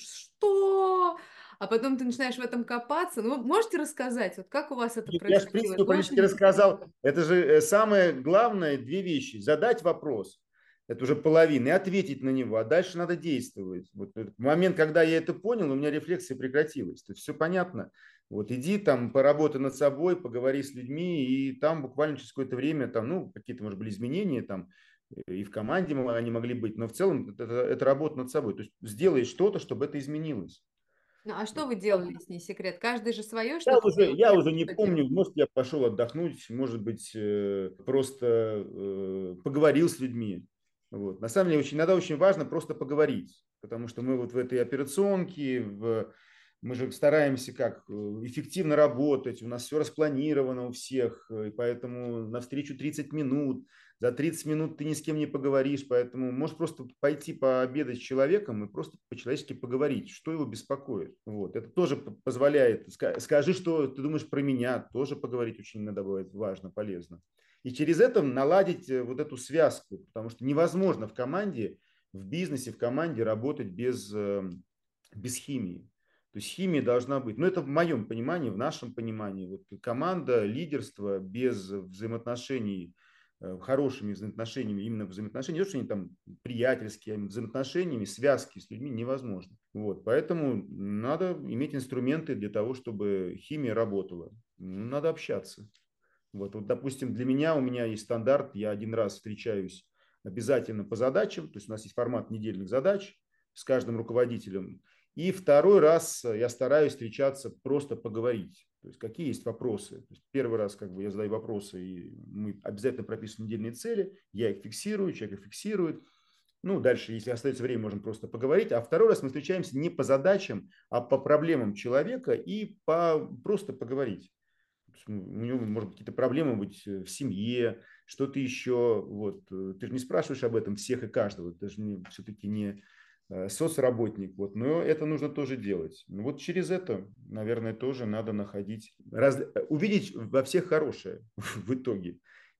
A: что? А потом ты начинаешь в этом копаться. Ну, можете рассказать, вот как у вас это
B: Я же, в
A: происходило?
B: принципе,
A: Это
B: практически
A: очень...
B: рассказал. Это же э, самое главное, две вещи. Задать вопрос, это уже половина, и ответить на него, а дальше надо действовать. Вот в момент, когда я это понял, у меня рефлексия прекратилась. То есть все понятно. Вот иди там, поработай над собой, поговори с людьми, и там буквально через какое-то время, там, ну, какие-то, может, были изменения, там, э, и в команде они могли быть, но в целом это, это работа над собой. То есть сделай что-то, чтобы это изменилось.
A: Ну, а что вы делали, если не секрет? Каждый же свое
B: Я
A: что-то
B: уже,
A: делал.
B: я
A: Как
B: уже не
A: что делать?
B: помню, может, я пошел отдохнуть, может быть, э, просто э, поговорил с людьми. Вот. На самом деле, очень, иногда очень важно просто поговорить, потому что мы вот в этой операционке, в, мы же стараемся как э, эффективно работать, у нас все распланировано у всех, э, и поэтому на встречу тридцать минут, за тридцать минут ты ни с кем не поговоришь, поэтому можешь просто пойти пообедать с человеком и просто по-человечески поговорить, что его беспокоит. Вот. Это тоже позволяет, скажи, что ты думаешь про меня, тоже поговорить очень иногда бывает важно, полезно. И через это наладить э, вот эту связку, потому что невозможно в команде, в бизнесе, в команде работать без, э, без химии. То есть химия должна быть, ну это в моем понимании, в нашем понимании, вот команда, лидерство без взаимоотношений, э, хорошими взаимоотношениями, именно взаимоотношения, не то, что они там приятельские, а взаимоотношениями, связки с людьми невозможно. Вот, поэтому надо иметь инструменты для того, чтобы химия работала. Ну, надо общаться. Вот, вот, допустим, для меня, у меня есть стандарт, я один раз встречаюсь обязательно по задачам, то есть у нас есть формат недельных задач с каждым руководителем, и второй раз я стараюсь встречаться просто поговорить. То есть какие есть вопросы. То есть первый раз как бы я задаю вопросы, и мы обязательно прописываем недельные цели, я их фиксирую, человек их фиксирует. Ну, дальше, если остается время, можем просто поговорить. А второй раз мы встречаемся не по задачам, а по проблемам человека и по, просто поговорить. У него, может быть, какие-то проблемы быть в семье, что-то еще. Вот. Ты же не спрашиваешь об этом всех и каждого. Ты же не, все-таки не соцработник. Вот. Но это нужно тоже делать. Ну, вот через это, наверное, тоже надо находить, раз, увидеть во всех хорошее в итоге.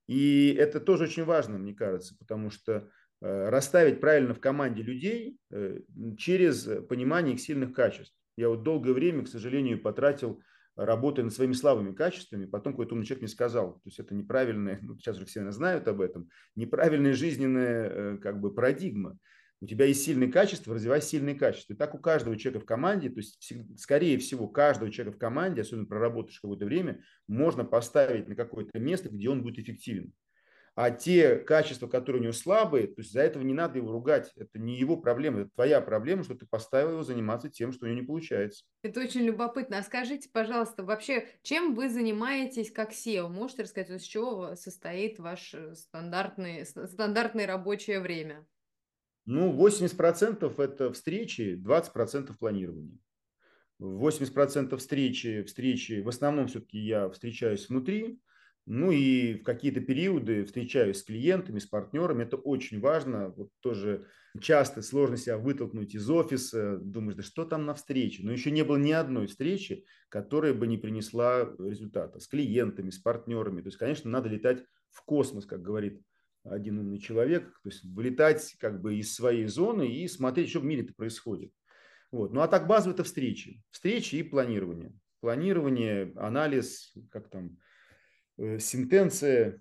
B: И это тоже очень важно, мне кажется, потому что расставить правильно в команде людей через понимание их сильных качеств. Я вот долгое время, к сожалению, потратил, работая над своими слабыми качествами, потом какой-то умный человек мне сказал, то есть это неправильная, ну, сейчас уже все знают об этом, неправильная жизненная как бы парадигма. У тебя есть сильные качества, развивай сильные качества. И так у каждого человека в команде, то есть скорее всего каждого человека в команде, особенно проработаешь какое-то время, можно поставить на какое-то место, где он будет эффективен. А те качества, которые у него слабые, то есть за этого не надо его ругать. Это не его проблема, это твоя проблема, что ты поставил его заниматься тем, что у него не получается.
A: Это очень любопытно. А скажите, пожалуйста, вообще, чем вы занимаетесь как сео? Можете рассказать, из чего состоит ваше стандартное, стандартное рабочее время?
B: Ну, восемьдесят процентов это встречи, двадцать процентов планирования. восемьдесят процентов встречи, встречи, в основном все-таки я встречаюсь внутри, ну и в какие-то периоды встречаюсь с клиентами, с партнерами. Это очень важно. Вот тоже часто сложно себя вытолкнуть из офиса. Думаешь, да что там на встрече? Но еще не было ни одной встречи, которая бы не принесла результата. С клиентами, с партнерами. То есть, конечно, надо летать в космос, как говорит один умный человек. То есть вылетать как бы из своей зоны и смотреть, что в мире-то происходит. Вот. Ну а так базово это встречи. Встречи и планирование. Планирование, анализ, как там, э, синтенция,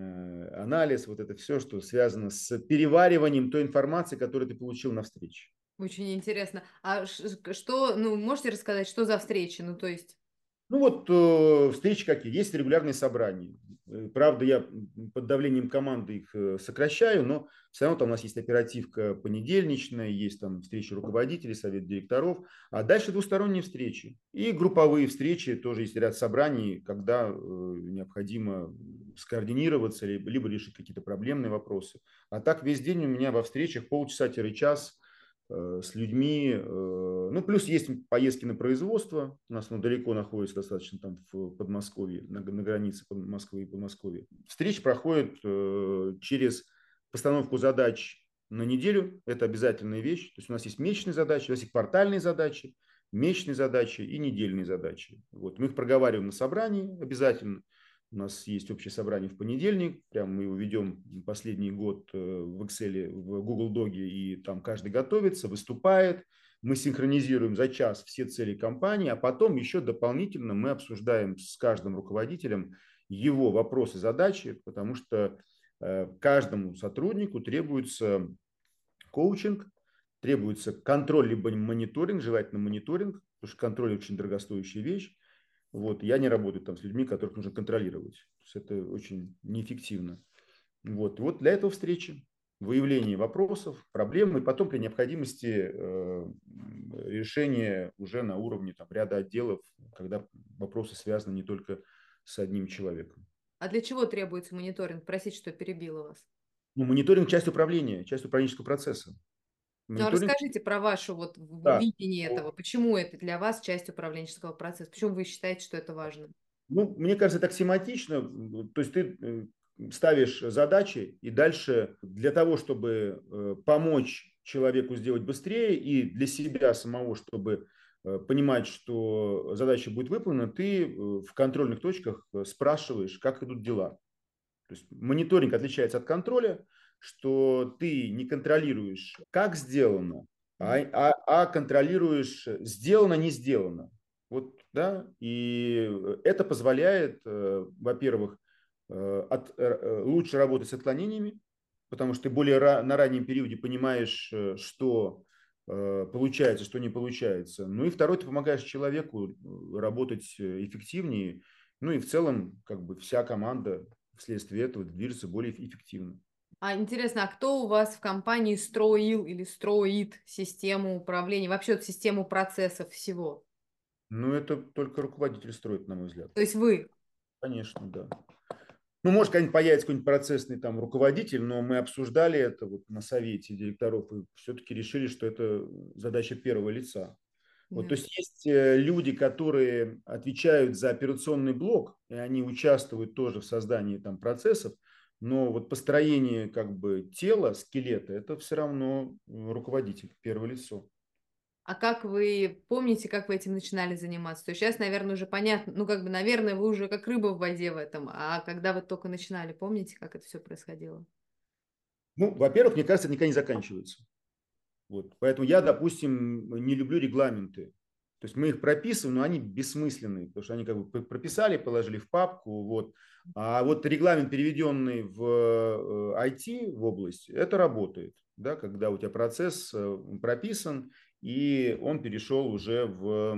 B: э, анализ, вот это все, что связано с перевариванием той информации, которую ты получил на встрече.
A: Очень интересно. А ш- что, ну, можете рассказать, что за встречи? Ну, то есть...
B: Ну вот э, встречи какие? Есть регулярные собрания. Правда, я под давлением команды их сокращаю, но все равно там у нас есть оперативка понедельничная, есть там встречи руководителей, совет директоров, а дальше двусторонние встречи. И групповые встречи, тоже есть ряд собраний, когда необходимо скоординироваться, либо, либо решить какие-то проблемные вопросы. А так весь день у меня во встречах полчаса-час с людьми. Ну, плюс есть поездки на производство. У нас оно далеко находится, достаточно там в Подмосковье, на, на границе Москвы и Подмосковья. Встречи проходят через постановку задач на неделю. Это обязательная вещь. То есть у нас есть месячные задачи, у нас есть квартальные задачи, месячные задачи и недельные задачи. Вот. Мы их проговариваем на собрании обязательно. У нас есть общее собрание в понедельник, прямо мы его ведем последний год в Excel, в Google Доге, и там каждый готовится, выступает. Мы синхронизируем за час все цели компании, а потом еще дополнительно мы обсуждаем с каждым руководителем его вопросы, задачи, потому что каждому сотруднику требуется коучинг, требуется контроль либо мониторинг, желательно мониторинг, потому что контроль очень дорогостоящая вещь. Вот, я не работаю там с людьми, которых нужно контролировать. То есть это очень неэффективно. Вот, и вот для этого встречи, выявление вопросов, проблем, и потом при необходимости э, решения уже на уровне там, ряда отделов, когда вопросы связаны не только с одним человеком.
A: А для чего требуется мониторинг? Простите, что перебила вас.
B: Ну, мониторинг – часть управления, часть управленческого процесса.
A: Ну, а
B: Мониторинг,
A: расскажите про ваше вот
B: да.
A: видение этого. Почему это для вас часть управленческого процесса? Почему вы считаете, что это важно?
B: Ну, мне кажется, это аксиоматично. То есть ты ставишь задачи, и дальше для того, чтобы помочь человеку сделать быстрее, и для себя самого, чтобы понимать, что задача будет выполнена, ты в контрольных точках спрашиваешь, как идут дела. То есть мониторинг отличается от контроля, что ты не контролируешь, как сделано, а, а, а контролируешь, сделано, не сделано. Вот, да, и это позволяет, во-первых, от, лучше работать с отклонениями, потому что ты более ра, на раннем периоде понимаешь, что получается, что не получается. Ну и второй, ты помогаешь человеку работать эффективнее. Ну и в целом, как бы вся команда вследствие этого движется более эффективно.
A: А интересно, а кто у вас в компании строил или строит систему управления, вообще вот систему процессов всего?
B: Ну, это только руководитель строит, на мой взгляд.
A: То есть вы?
B: Конечно, да. Ну, может, конечно, появится какой-нибудь процессный там руководитель, но мы обсуждали это вот на совете директоров и все-таки решили, что это задача первого лица. Вот, то
A: Да.
B: есть есть люди, которые отвечают за операционный блок, и они участвуют тоже в создании там процессов, но вот построение как бы тела, скелета, это все равно руководитель, первое лицо.
A: А как вы помните, как вы этим начинали заниматься? То есть сейчас, наверное, уже понятно, ну, как бы, наверное, вы уже как рыба в воде в этом. А когда вы только начинали, помните, как это все происходило?
B: Ну, во-первых, мне кажется, это никогда не заканчивается. Вот. Поэтому я, допустим, не люблю регламенты. То есть мы их прописываем, но они бессмысленные, потому что они как бы прописали, положили в папку. Вот. А вот регламент, переведенный в ай ти, в область, это работает. Да, когда у тебя процесс прописан, и он перешел уже в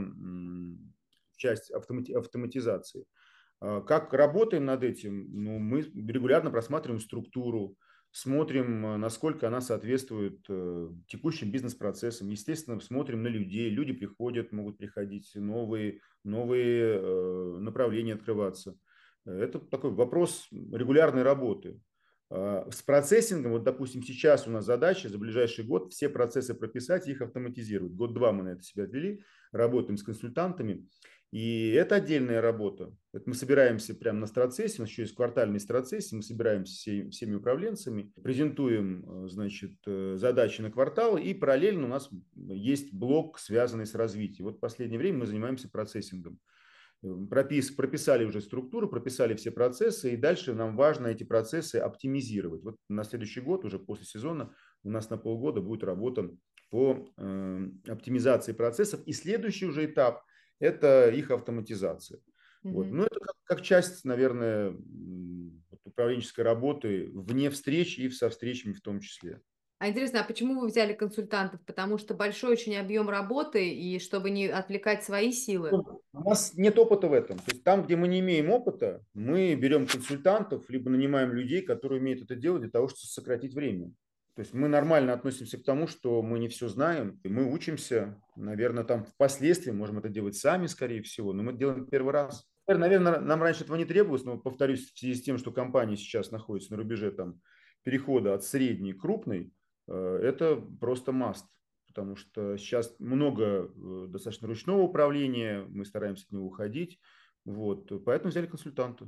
B: часть автомати- автоматизации. Как работаем над этим? Ну, мы регулярно просматриваем структуру, смотрим, насколько она соответствует текущим бизнес-процессам. Естественно, смотрим на людей. Люди приходят, могут приходить, новые, новые направления открываться. Это такой вопрос регулярной работы. С процессингом, вот, допустим, сейчас у нас задача за ближайший год все процессы прописать и их автоматизировать. Год-два мы на это себя отвели, работаем с консультантами. И это отдельная работа. Это мы собираемся прямо на страцессе, у нас еще есть квартальный страцессе, мы собираемся всей, всеми управленцами, презентуем, значит, задачи на квартал, и параллельно у нас есть блок, связанный с развитием. Вот в последнее время мы занимаемся процессингом. Пропис, прописали уже структуру, прописали все процессы, и дальше нам важно эти процессы оптимизировать. Вот на следующий год, уже после сезона, у нас на полгода будет работа по э, оптимизации процессов. И следующий уже этап – это их автоматизация.
A: Угу.
B: Вот. Ну, это как, как часть, наверное, управленческой работы вне встреч и со встречами в том числе.
A: А интересно, а почему вы взяли консультантов? Потому что большой очень объем работы, и чтобы не отвлекать свои силы?
B: Ну, у нас нет опыта в этом. То есть там, где мы не имеем опыта, мы берем консультантов, либо нанимаем людей, которые умеют это делать для того, чтобы сократить время. То есть мы нормально относимся к тому, что мы не все знаем, и мы учимся, наверное, там впоследствии можем это делать сами, скорее всего, но мы это делаем первый раз. Наверное, нам раньше этого не требовалось, но, повторюсь, в связи с тем, что компания сейчас находится на рубеже там, перехода от средней к крупной, э, это просто must. Потому что сейчас много э, достаточно ручного управления, мы стараемся от него уходить. Вот, поэтому взяли консультанта.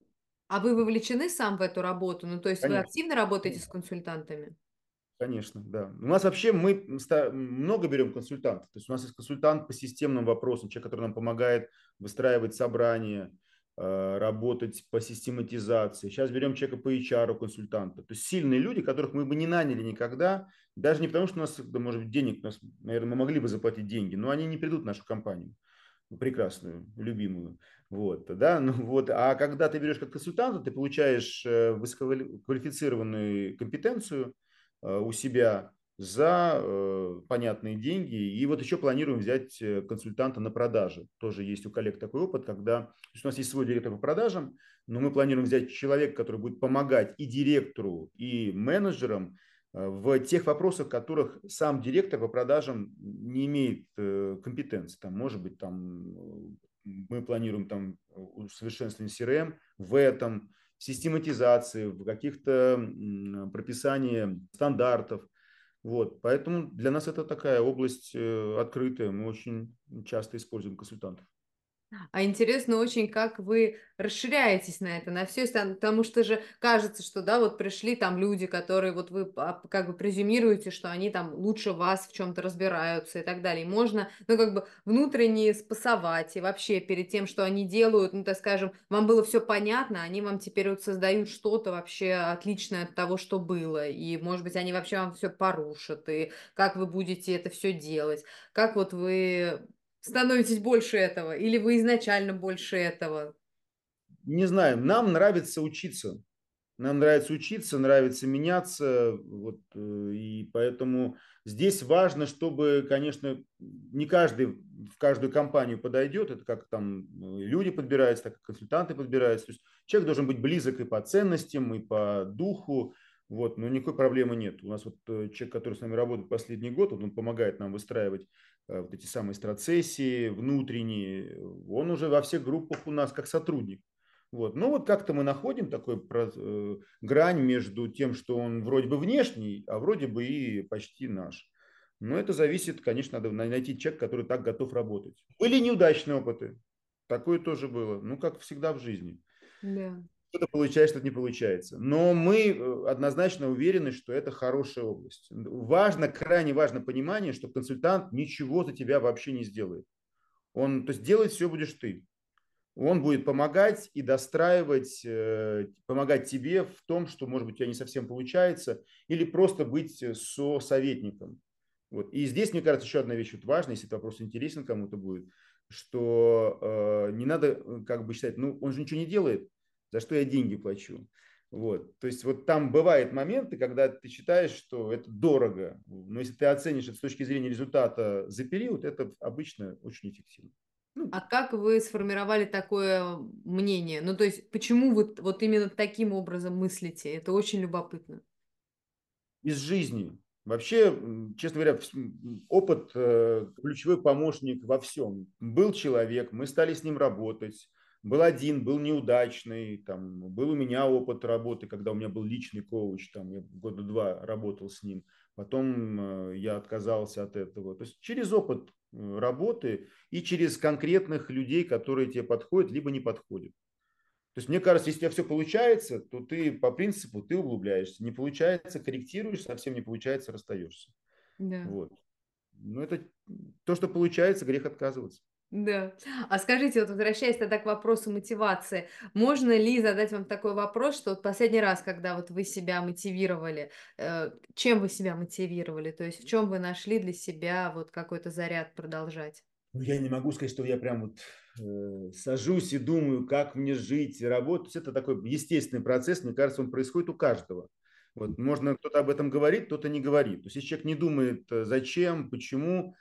A: А вы вовлечены сам в эту работу? Ну, то есть вы
B: Конечно.
A: активно работаете с консультантами?
B: Конечно, да. У нас вообще мы ста- много берем консультантов. То есть у нас есть консультант по системным вопросам, человек, который нам помогает выстраивать собрания, э, работать по систематизации. Сейчас берем человека по эйч ар консультанта. То есть сильные люди, которых мы бы не наняли никогда, даже не потому, что у нас, да, может быть, денег, у нас, наверное, мы могли бы заплатить деньги, но они не придут в нашу компанию прекрасную, любимую. Вот, да, ну вот, а когда ты берешь как консультанта, ты получаешь э, высококвалифицированную компетенцию э, у себя за э, понятные деньги. И вот еще планируем взять э, консультанта на продажи. Тоже есть у коллег такой опыт, когда то есть у нас есть свой директор по продажам, но мы планируем взять человека, который будет помогать и директору, и менеджерам э, в тех вопросах, в которых сам директор по продажам не имеет э, компетенции. Там, может быть, там, э, мы планируем там усовершенствование си эр эм в этом, систематизации, в каких-то прописании стандартов. Вот. Поэтому для нас это такая область э, открытая. Мы очень часто используем консультантов.
A: А интересно очень, как вы расширяетесь на это, на все, потому что же кажется, что, да, вот пришли там люди, которые вот вы а, как бы презюмируете, что они там лучше вас в чем-то разбираются и так далее. И можно, ну, как бы внутренне спасовать и вообще перед тем, что они делают, ну, так скажем, вам было все понятно, они вам теперь вот создают что-то вообще отличное от того, что было. И, может быть, они вообще вам все порушат, и как вы будете это все делать. Как вот вы становитесь больше этого? Или вы изначально больше этого?
B: Не знаю, нам нравится учиться. Нам нравится учиться, нравится меняться, вот, э, и поэтому здесь важно, чтобы, конечно, не каждый в каждую компанию подойдет, это как там э, люди подбираются, так и консультанты подбираются, то есть человек должен быть близок и по ценностям, и по духу, вот, но никакой проблемы нет. У нас вот э, человек, который с нами работает последний год, вот он помогает нам выстраивать э, вот эти самые страцессии внутренние, он уже во всех группах у нас как сотрудник. Вот. Ну вот как-то мы находим такой э, грань между тем, что он вроде бы внешний, а вроде бы и почти наш. Но это зависит, конечно, надо найти человека, который так готов работать. Были неудачные опыты. Такое тоже было. Ну, как всегда в жизни.
A: Да.
B: Что-то получается, что-то не получается. Но мы э, однозначно уверены, что это хорошая область. Важно, крайне важно понимание, что консультант ничего за тебя вообще не сделает. Он, то есть делать все будешь ты. Он будет помогать и достраивать, э, помогать тебе в том, что, может быть, у тебя не совсем получается, или просто быть э, со-советником. Вот. И здесь, мне кажется, еще одна вещь вот важная, если этот вопрос интересен кому-то будет, что э, не надо э, как бы считать, ну, он же ничего не делает, за что я деньги плачу. Вот. То есть вот там бывают моменты, когда ты считаешь, что это дорого, но если ты оценишь это с точки зрения результата за период, это обычно очень эффективно. Ну,
A: А как вы сформировали такое мнение? Ну, то есть, почему вы вот именно таким образом мыслите? Это очень любопытно.
B: из жизни. Вообще, честно говоря, опыт э, ключевой помощник во всем. Был человек, мы стали с ним работать. Был один, был неудачный. Там, был у меня опыт работы, когда у меня был личный коуч. Там, я года два работал с ним. Потом э, я отказался от этого. То есть через опыт э, работы и через конкретных людей, которые тебе подходят, либо не подходят. То есть, мне кажется, если у тебя все получается, то ты по принципу ты углубляешься. Не получается, корректируешь, совсем не получается, расстаешься.
A: Да.
B: Вот. Но это то, что получается, грех отказываться.
A: Да. А скажите, вот возвращаясь тогда к вопросу мотивации, можно ли задать вам такой вопрос, что вот последний раз, когда вот вы себя мотивировали, э, чем вы себя мотивировали? То есть в чем вы нашли для себя вот какой-то заряд продолжать?
B: Ну, я не могу сказать, что я прям вот э, сажусь и думаю, как мне жить и работать. Это такой естественный процесс, мне кажется, он происходит у каждого. Вот, можно кто-то об этом говорит, кто-то не говорит. То есть, если человек не думает, э, зачем, почему,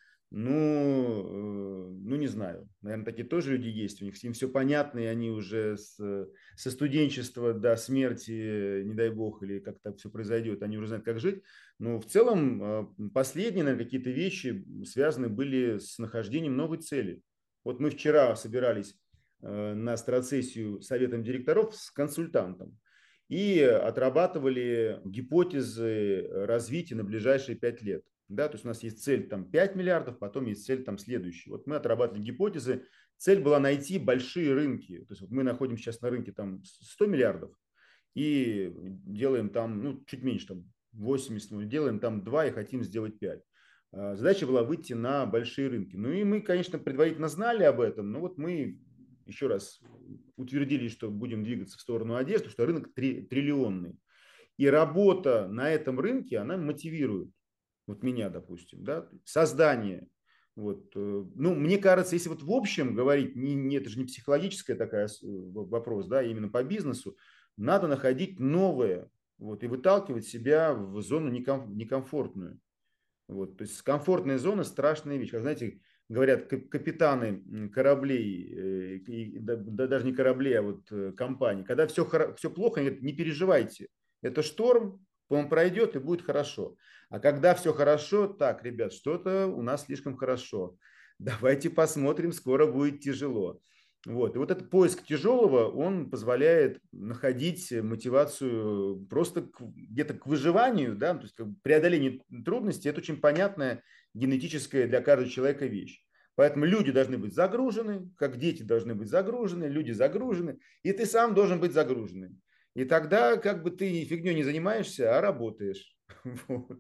B: ну, э, ну, не знаю. Наверное, такие тоже люди есть. У них им все понятно, и они уже с, со студенчества до смерти, не дай бог, или как так все произойдет, они уже знают, как жить. Но в целом э, последние, наверное, какие-то вещи связаны были с нахождением новой цели. Вот мы вчера собирались э, на страцессию советом директоров с консультантом и отрабатывали гипотезы развития на ближайшие пять лет. Да, то есть у нас есть цель там пять миллиардов, потом есть цель там следующая. Вот мы отрабатывали гипотезы. Цель была найти большие рынки. То есть вот мы находимся сейчас на рынке там сто миллиардов и делаем там, ну, чуть меньше, там восемьдесят, мы делаем там два и хотим сделать пять. Задача была выйти на большие рынки. Ну и мы, конечно, предварительно знали об этом, но вот мы еще раз утвердились, что будем двигаться в сторону одежды, что рынок три, триллионный. И работа на этом рынке, она мотивирует. Вот меня, допустим, да, создание. Вот. Ну, мне кажется, если вот в общем говорить, не, не, это же не психологическая такая вопрос, да, именно по бизнесу, надо находить новое, вот, и выталкивать себя в зону неком, некомфортную. Вот, то есть комфортная зона страшная вещь. Как знаете, говорят капитаны кораблей, и, да, да, даже не кораблей, а вот э, компаний, когда все, все плохо, они говорят, не переживайте, это шторм, он пройдет и будет хорошо. А когда все хорошо, так, ребят, что-то у нас слишком хорошо. Давайте посмотрим, скоро будет тяжело. Вот. И вот этот поиск тяжелого, он позволяет находить мотивацию просто к, где-то к выживанию, да, то есть как бы преодоление трудностей. Это очень понятная генетическая для каждого человека вещь. Поэтому люди должны быть загружены, как дети должны быть загружены, люди загружены, и ты сам должен быть загруженный. И тогда как бы ты фигней не занимаешься, а работаешь. Вот.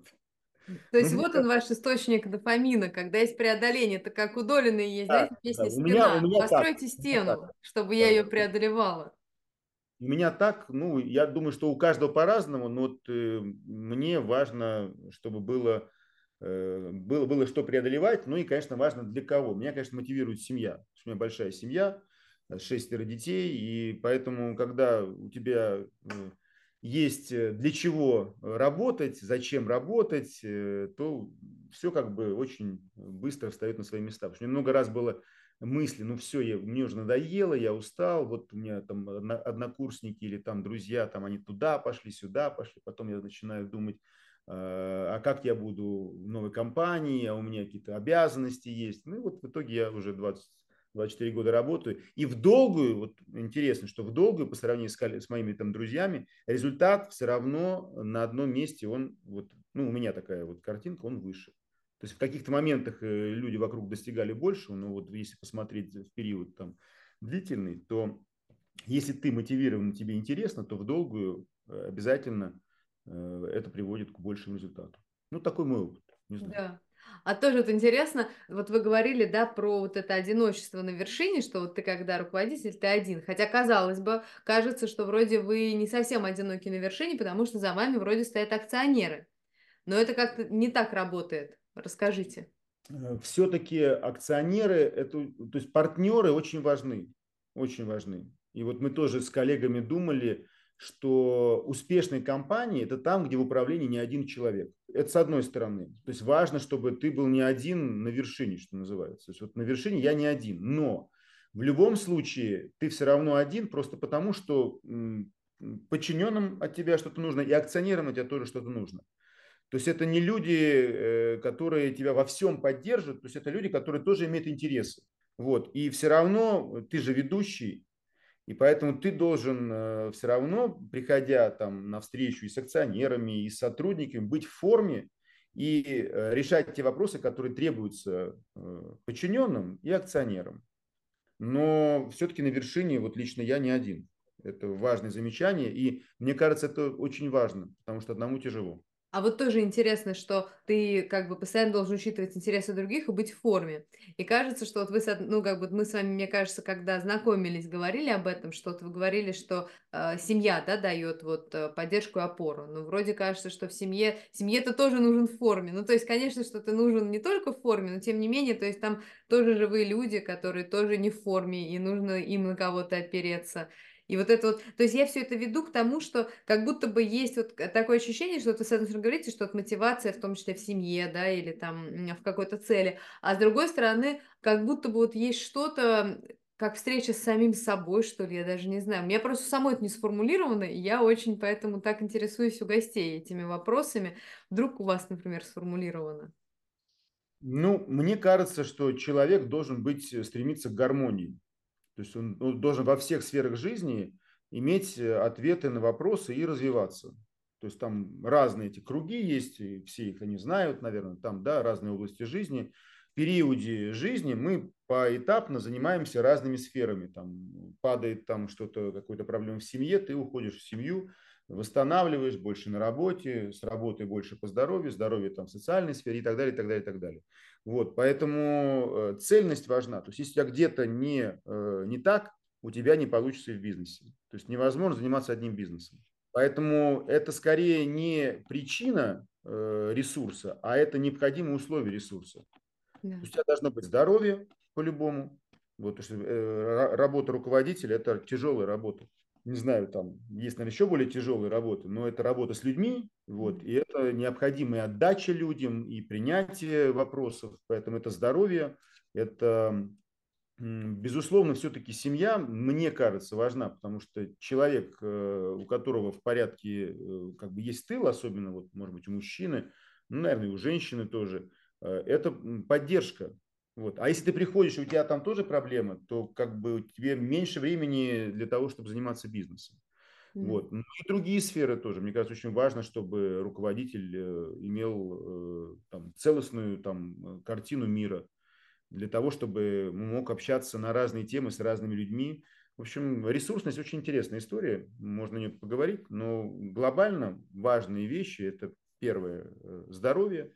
A: То
B: Ну,
A: есть
B: мне
A: вот он ваш источник дофамина, когда есть преодоление, это как у Долиной есть,
B: так,
A: знаете,
B: да,
A: песня
B: у меня, у
A: «Стена».
B: меня так,
A: Постройте
B: у меня так.
A: стену, чтобы я
B: Да.
A: ее преодолевала.
B: У меня так, ну, я думаю, что у каждого по-разному, но вот э, мне важно, чтобы было, э, было, было что преодолевать, ну и, конечно, важно для кого. Меня, конечно, мотивирует семья. У меня большая семья, э, шестеро детей, и поэтому, когда у тебя э, есть э, для чего работать, зачем работать, э, то все как бы очень быстро встает на свои места. Потому что у меня много раз было мысли, ну все, я, мне уже надоело, я устал, вот у меня там однокурсники или там друзья, там они туда пошли, сюда пошли, потом я начинаю думать, а как я буду в новой компании, а у меня какие-то обязанности есть. Ну и вот в итоге я уже двадцать двадцать четыре года работаю. И в долгую, вот интересно, что в долгую, по сравнению с, с моими там друзьями, результат все равно на одном месте, он вот, ну у меня такая вот картинка, он выше. То есть в каких-то моментах э, люди вокруг достигали большего, но вот если посмотреть в период там длительный, то если ты мотивирован, тебе интересно, то в долгую э, обязательно э, это приводит к большему результату. Ну, такой мой опыт, не знаю.
A: Да. А тоже вот интересно, вот вы говорили, да, про вот это одиночество на вершине, что вот ты когда руководитель, ты один. Хотя, казалось бы, кажется, что вроде вы не совсем одиноки на вершине, потому что за вами вроде стоят акционеры. Но это как-то не так работает. Расскажите.
B: Все-таки акционеры, это, то есть партнеры очень важны, очень важны. И вот мы тоже с коллегами думали, что успешные компании – это там, где в управлении не один человек. Это с одной стороны. То есть важно, чтобы ты был не один на вершине, что называется. То есть вот на вершине я не один. Но в любом случае ты все равно один, просто потому что подчиненным от тебя что-то нужно, и акционерам от тебя тоже что-то нужно. То есть это не люди, э, которые тебя во всем поддержат, то есть это люди, которые тоже имеют интересы. Вот. И все равно ты же ведущий, и поэтому ты должен э, все равно, приходя там на встречу и с акционерами, и с сотрудниками, быть в форме и э, решать те вопросы, которые требуются э, подчиненным и акционерам. Но все-таки на вершине вот лично я не один. Это важное замечание, и мне кажется, это очень важно, потому что одному тяжело.
A: А вот тоже интересно, что ты как бы постоянно должен учитывать интересы других и быть в форме. И кажется, что вот вы, с од- ну как бы мы с вами, мне кажется, когда знакомились, говорили об этом, что-то вы говорили, что э, семья, да, дает вот э, поддержку и опору. Но вроде кажется, что в семье, семье-то тоже нужен в форме. Ну то есть, конечно, что ты нужен не только в форме, но тем не менее, то есть там тоже живые люди, которые тоже не в форме, и нужно им на кого-то опереться. И вот это вот, то есть я все это веду к тому, что как будто бы есть вот к такое ощущение, что ты, с одной стороны, говорите, что вот мотивация, в том числе в семье, да, или там, м, в какой-то цели, а с другой стороны, как будто бы вот есть что-то, как встреча с самим собой, что ли, я даже не знаю. У меня просто самой это не сформулировано, и я очень поэтому так интересуюсь у гостей этими вопросами. Вдруг у вас, например, сформулировано?
B: Ну, мне кажется, что человек должен быть, э, стремиться к гармонии. То есть он, он должен во всех сферах жизни иметь э, ответы на вопросы и развиваться. То есть там разные эти круги есть, и все их они знают, наверное, там, да, разные области жизни. В периоде жизни мы поэтапно занимаемся разными сферами. Там падает там что-то, какая-то проблема в семье, ты уходишь в семью, восстанавливаешь больше на работе, с работы больше по здоровью, здоровье там в социальной сфере и так далее, и так далее, и так далее. Вот, поэтому э, цельность важна. То есть, если у тебя где-то не, э, не так, у тебя не получится и в бизнесе. То есть, невозможно заниматься одним бизнесом. Поэтому это скорее не причина э, ресурса, а это необходимое условие ресурса. То
A: Да.
B: есть, у тебя должно быть здоровье по-любому. Вот, потому что э, работа руководителя – это тяжелая работа. Не знаю, там есть, наверное, еще более тяжелые работы, но это работа с людьми, вот,
A: Мгм.
B: и это необходимая отдача людям и принятие вопросов, поэтому это здоровье, это, безусловно, все-таки семья, мне кажется, важна, потому что человек, э, у которого в порядке э, как бы есть тыл, особенно, вот, может быть, у мужчины, ну, наверное, и у женщины тоже, э, это поддержка. Вот. А если ты приходишь, и у тебя там тоже проблемы, то как бы тебе меньше времени для того, чтобы заниматься бизнесом.
A: Мгм.
B: Вот. Ну и другие сферы тоже. Мне кажется, очень важно, чтобы руководитель э, имел э, там, целостную там, э, картину мира для того, чтобы мог общаться на разные темы с разными людьми. В общем, ресурсность очень интересная история, можно о ней поговорить, но глобально важные вещи – это первое – э, здоровье,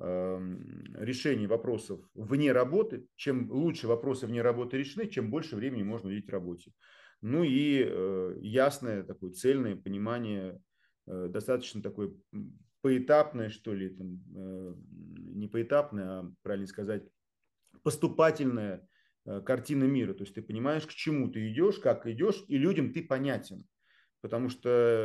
B: эм, решение вопросов вне работы. Чем лучше вопросы вне работы решены, чем больше времени можно уделить работе. Ну и э, ясное такое цельное понимание, э, достаточно такое поэтапное, что ли, там, э, не поэтапное, а правильно сказать, поступательная э, картина мира. То есть ты понимаешь, к чему ты идешь, как идешь, и людям ты понятен. Потому что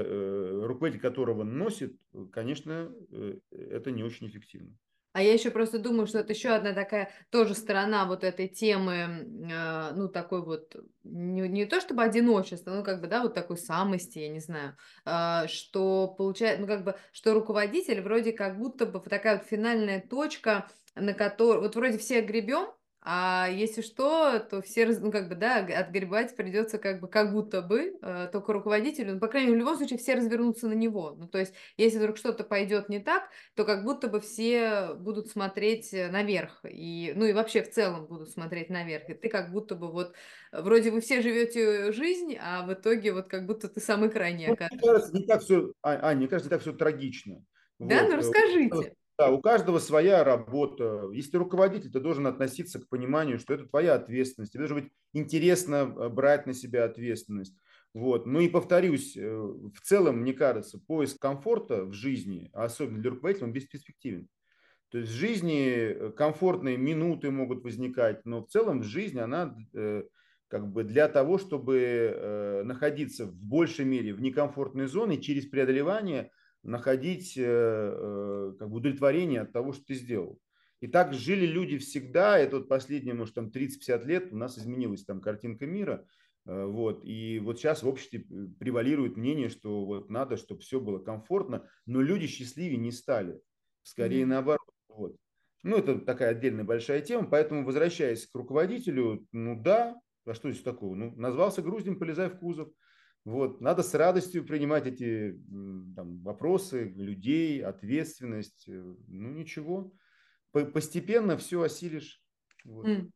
B: э, руководитель, которого носит, конечно, э, это не очень эффективно.
A: А я еще просто думаю, что это еще одна такая тоже сторона вот этой темы, м, а, ну, такой вот, не, не то чтобы одиночество, ну, как бы, да, вот такой самости, я не знаю, а, что получается, ну, как бы, что руководитель вроде как будто бы такая вот финальная точка, на которой, вот вроде все гребем, а если что, то все, раз- ну, как бы, да, г- отгребать придется как бы, как будто бы, э, только руководителю, ну, по крайней мере, в любом случае все развернутся на него. Ну, то есть, если вдруг что-то пойдет не так, то как будто бы все будут смотреть э, наверх. И, ну и вообще в целом будут смотреть наверх. И ты как будто бы вот, э, вроде вы все живете жизнь, а в итоге вот как будто ты самый крайний
B: Ну, мне кажется,
A: оказываешься.
B: не так все, Аня, мне кажется, не так все трагично.
A: Да,
B: Вот.
A: ну
B: э,
A: расскажите.
B: Да, у каждого своя работа. Если ты руководитель, ты должен относиться к пониманию, что это твоя ответственность. Тебе должно быть интересно э, брать на себя ответственность. Вот. Ну и повторюсь, э, в целом, мне кажется, поиск комфорта в жизни, а особенно для руководителя, он бесперспективен. То есть в жизни э, комфортные минуты могут возникать, но в целом в жизни она э, как бы для того, чтобы э, находиться в большей мере в некомфортной зоне, через преодолевание находить э, э, как бы удовлетворение от того, что ты сделал. И так жили люди всегда. Это вот последние, может, там тридцать-пятьдесят лет у нас изменилась там картинка мира. Э, Вот. И вот сейчас в обществе э, превалирует мнение, что вот надо, чтобы все было комфортно, но люди счастливее не стали. Скорее
A: Мгм.
B: наоборот. Вот. Ну, это такая отдельная большая тема, поэтому, возвращаясь к руководителю, ну да, а что здесь такого? Ну, назвался груздем, полезай в кузов. Вот. Надо с радостью принимать эти там, вопросы людей, ответственность. Э, Ну, ничего. Постепенно все осилишь. Вот.
A: М.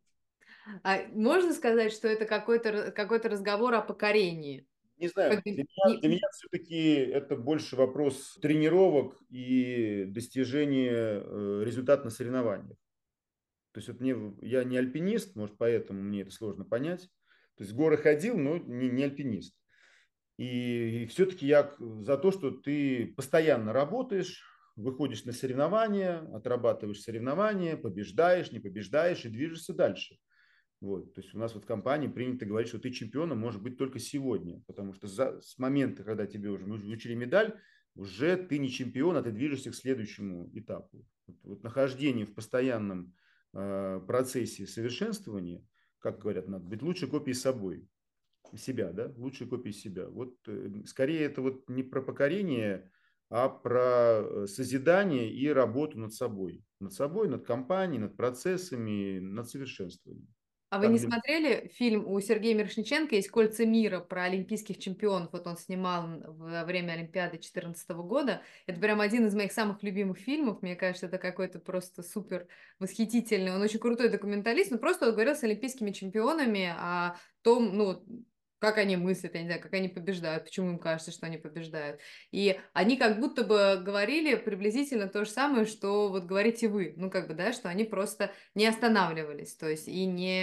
A: А можно сказать, что это какой-то ра- какой-то разговор о покорении?
B: Не знаю,
A: Подним-
B: для меня, для
A: не-
B: меня все-таки это больше вопрос тренировок и достижения э, результата на соревнованиях. То есть вот мне, я не альпинист, может, поэтому мне это сложно понять. То есть в горы ходил, но не, не альпинист. И, и все-таки я за то, что ты постоянно работаешь, выходишь на соревнования, отрабатываешь соревнования, побеждаешь, не побеждаешь и движешься дальше. Вот. То есть у нас вот в компании принято говорить, что ты чемпионом можешь быть только сегодня, потому что за, с момента, когда тебе уже вручили медаль, уже ты не чемпион, а ты движешься к следующему этапу. Вот, вот нахождение в постоянном э, процессе совершенствования, как говорят, надо быть лучшей копией собой, себя, да, лучшей копией себя. Вот э, скорее это вот не про покорение, а про э, созидание и работу над собой. Над собой, над компанией, над процессами, над совершенствованием.
A: А вы не
B: Так для
A: смотрели фильм у Сергея Мирошниченко есть «Кольца мира» про олимпийских чемпионов? Вот он снимал во время Олимпиады две тысячи четырнадцатого года. Это прям один из моих самых любимых фильмов. Мне кажется, это какой-то просто супер восхитительный. Он очень крутой документалист, но просто он говорил с олимпийскими чемпионами о том, ну, как они мыслят, я не знаю, как они побеждают, почему им кажется, что они побеждают. И они как будто бы говорили приблизительно то же самое, что вот говорите вы. Ну, как бы, да, что они просто не останавливались, то есть и не,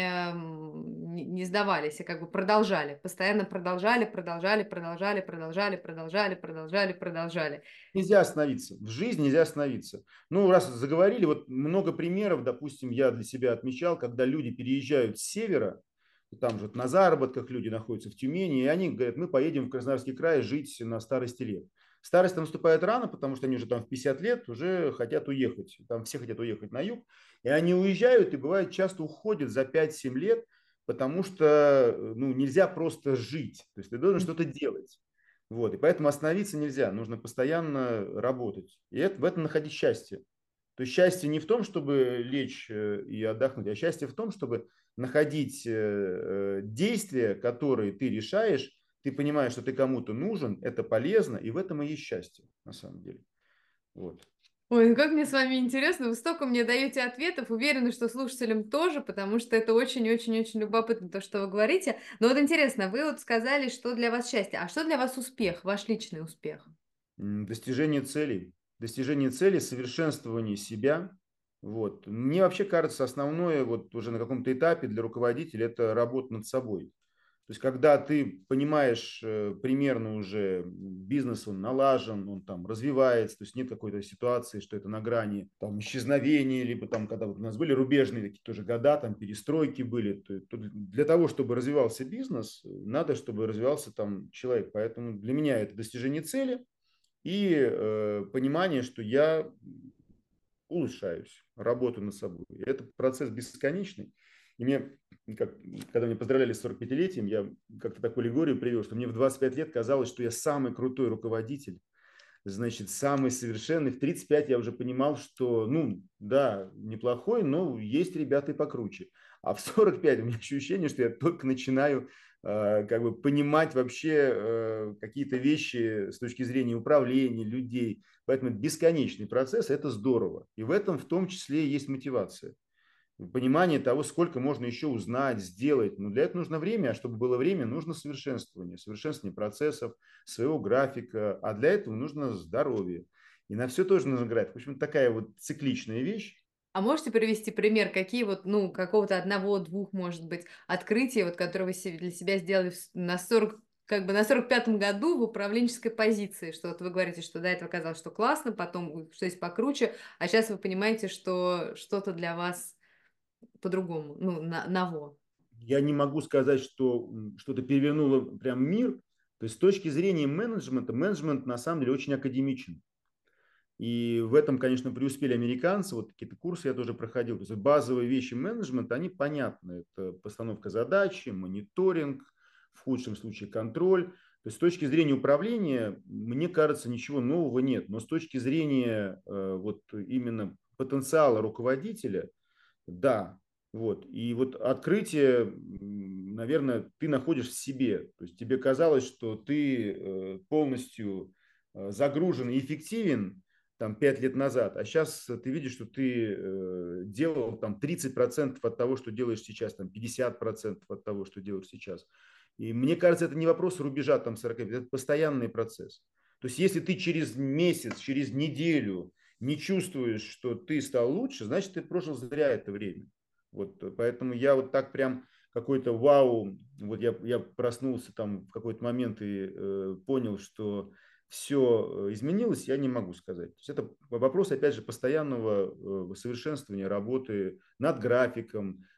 A: м, не не сдавались, и как бы продолжали, постоянно продолжали, продолжали, продолжали, продолжали, продолжали, продолжали, продолжали.
B: Нельзя остановиться. В жизни нельзя остановиться. Ну, раз заговорили, вот много примеров, допустим, я для себя отмечал, когда люди переезжают с севера, там же на заработках люди находятся в Тюмени, и они говорят, мы поедем в Краснодарский край жить на старости лет. Старость там наступает рано, потому что они уже там в пятьдесят лет уже хотят уехать. Там все хотят уехать на юг. И они уезжают, и бывает часто уходят за пять-семь лет, потому что ну, нельзя просто жить. То есть ты должен что-то делать. Вот, и поэтому остановиться нельзя, нужно постоянно работать. И это, в этом находить счастье. То есть счастье не в том, чтобы лечь э, и отдохнуть, а счастье в том, чтобы находить э, э, действия, которые ты решаешь, ты понимаешь, что ты кому-то нужен, это полезно, и в этом и есть счастье, на самом деле. Вот.
A: Ой, ну как мне с вами интересно, вы столько мне даете ответов, уверена, что слушателям тоже, потому что это очень-очень-очень любопытно, то, что вы говорите. Но вот интересно, вы вот сказали, что для вас счастье, а что для вас успех, ваш личный успех?
B: М, Достижение целей. Достижение целей, совершенствование себя. Вот. Мне вообще кажется, основное вот уже на каком-то этапе для руководителя это работа над собой. То есть, когда ты понимаешь э, примерно уже бизнес, он налажен, он там развивается, то есть нет какой-то ситуации, что это на грани там, исчезновения, либо там, когда вот у нас были рубежные такие тоже года, там перестройки были, то, то для того, чтобы развивался бизнес, надо, чтобы развивался там человек. Поэтому для меня это достижение цели и э, понимание, что я улучшаюсь, работаю над собой. И это процесс бесконечный. И мне, как, когда меня поздравляли с сорок пятилетием, я как-то такую аллегорию привел, что мне в двадцать пять лет казалось, что я самый крутой руководитель, значит, самый совершенный. В тридцать пять я уже понимал, что, ну, да, неплохой, но есть ребята и покруче. А в сорок пять у меня ощущение, что я только начинаю э, как бы понимать вообще э, какие-то вещи с точки зрения управления людей. Поэтому это бесконечный процесс, это здорово. И в этом в том числе есть мотивация. Понимание того, сколько можно еще узнать, сделать. Но для этого нужно время, а чтобы было время, нужно совершенствование. Совершенствование процессов, своего графика. А для этого нужно здоровье. И на все тоже нужно график. В общем, такая вот цикличная вещь.
A: А можете привести пример, какие вот, ну, какого-то одного-двух, может быть, открытия, вот, которые вы себе- для себя сделали в с- на сорок, как бы на сорок пятом году в управленческой позиции, что вот вы говорите, что до этого казалось, что классно, потом что есть покруче, а сейчас вы понимаете, что что-то для вас по-другому, ну, на, ново.
B: Я не могу сказать, что что-то перевернуло прям мир. То есть с точки зрения менеджмента, менеджмент на самом деле очень академичен. И в этом, конечно, преуспели американцы. Вот какие-то курсы я тоже проходил. То есть базовые вещи менеджмента, они понятны. Это постановка задачи, мониторинг, в худшем случае контроль. То есть с точки зрения управления, мне кажется, ничего нового нет. Но с точки зрения э, вот именно потенциала руководителя, да. Вот. И вот открытие, наверное, ты находишь в себе. То есть тебе казалось, что ты э, полностью э, загружен и эффективен, там пять лет назад, а сейчас ты видишь, что ты э, делал там тридцать процентов от того, что делаешь сейчас, там пятьдесят процентов от того, что делаешь сейчас. И мне кажется, это не вопрос рубежа там сорок, это постоянный процесс. То есть если ты через месяц, через неделю не чувствуешь, что ты стал лучше, значит, ты прожил зря это время. Вот, поэтому я вот так прям какой-то вау, вот я, я проснулся там в какой-то момент и э, понял, что все изменилось, я не могу сказать. То есть это вопрос, опять же, постоянного э, совершенствования работы над графиком,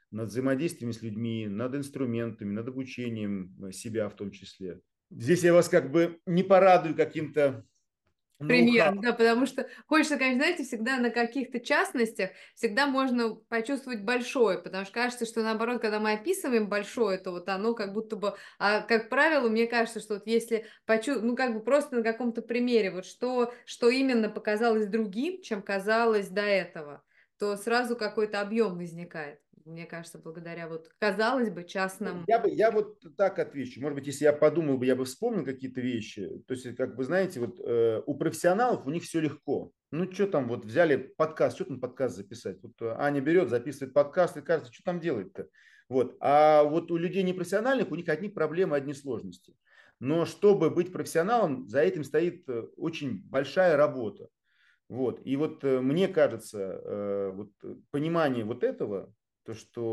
B: над взаимодействием с людьми, над инструментами, над обучением себя в том числе. Здесь я вас как бы не порадую каким-то ноу-хау.
A: Пример, да, потому что хочется, конечно, знаете, всегда на каких-то частностях всегда можно почувствовать большое, потому что кажется, что наоборот, когда мы описываем большое, то вот оно как будто бы, а как правило, мне кажется, что вот если почу, ну как бы просто на каком-то примере, вот что, что именно показалось другим, чем казалось до этого, то сразу какой-то объем возникает. Мне кажется, благодаря вот, казалось бы, частным.
B: Я бы, я вот так отвечу. Может быть, если я подумал бы, я бы вспомнил какие-то вещи. То есть, как вы знаете, вот э, у профессионалов у них все легко. Ну, что там, вот взяли подкаст, что там подкаст записать? Вот э, Аня берет, записывает подкаст и кажется, что там делать-то? Вот. А вот у людей непрофессиональных, у них одни проблемы, одни сложности. Но чтобы быть профессионалом, за этим стоит э, очень большая работа. Вот. И вот э, мне кажется, э, вот, э, понимание вот этого, то,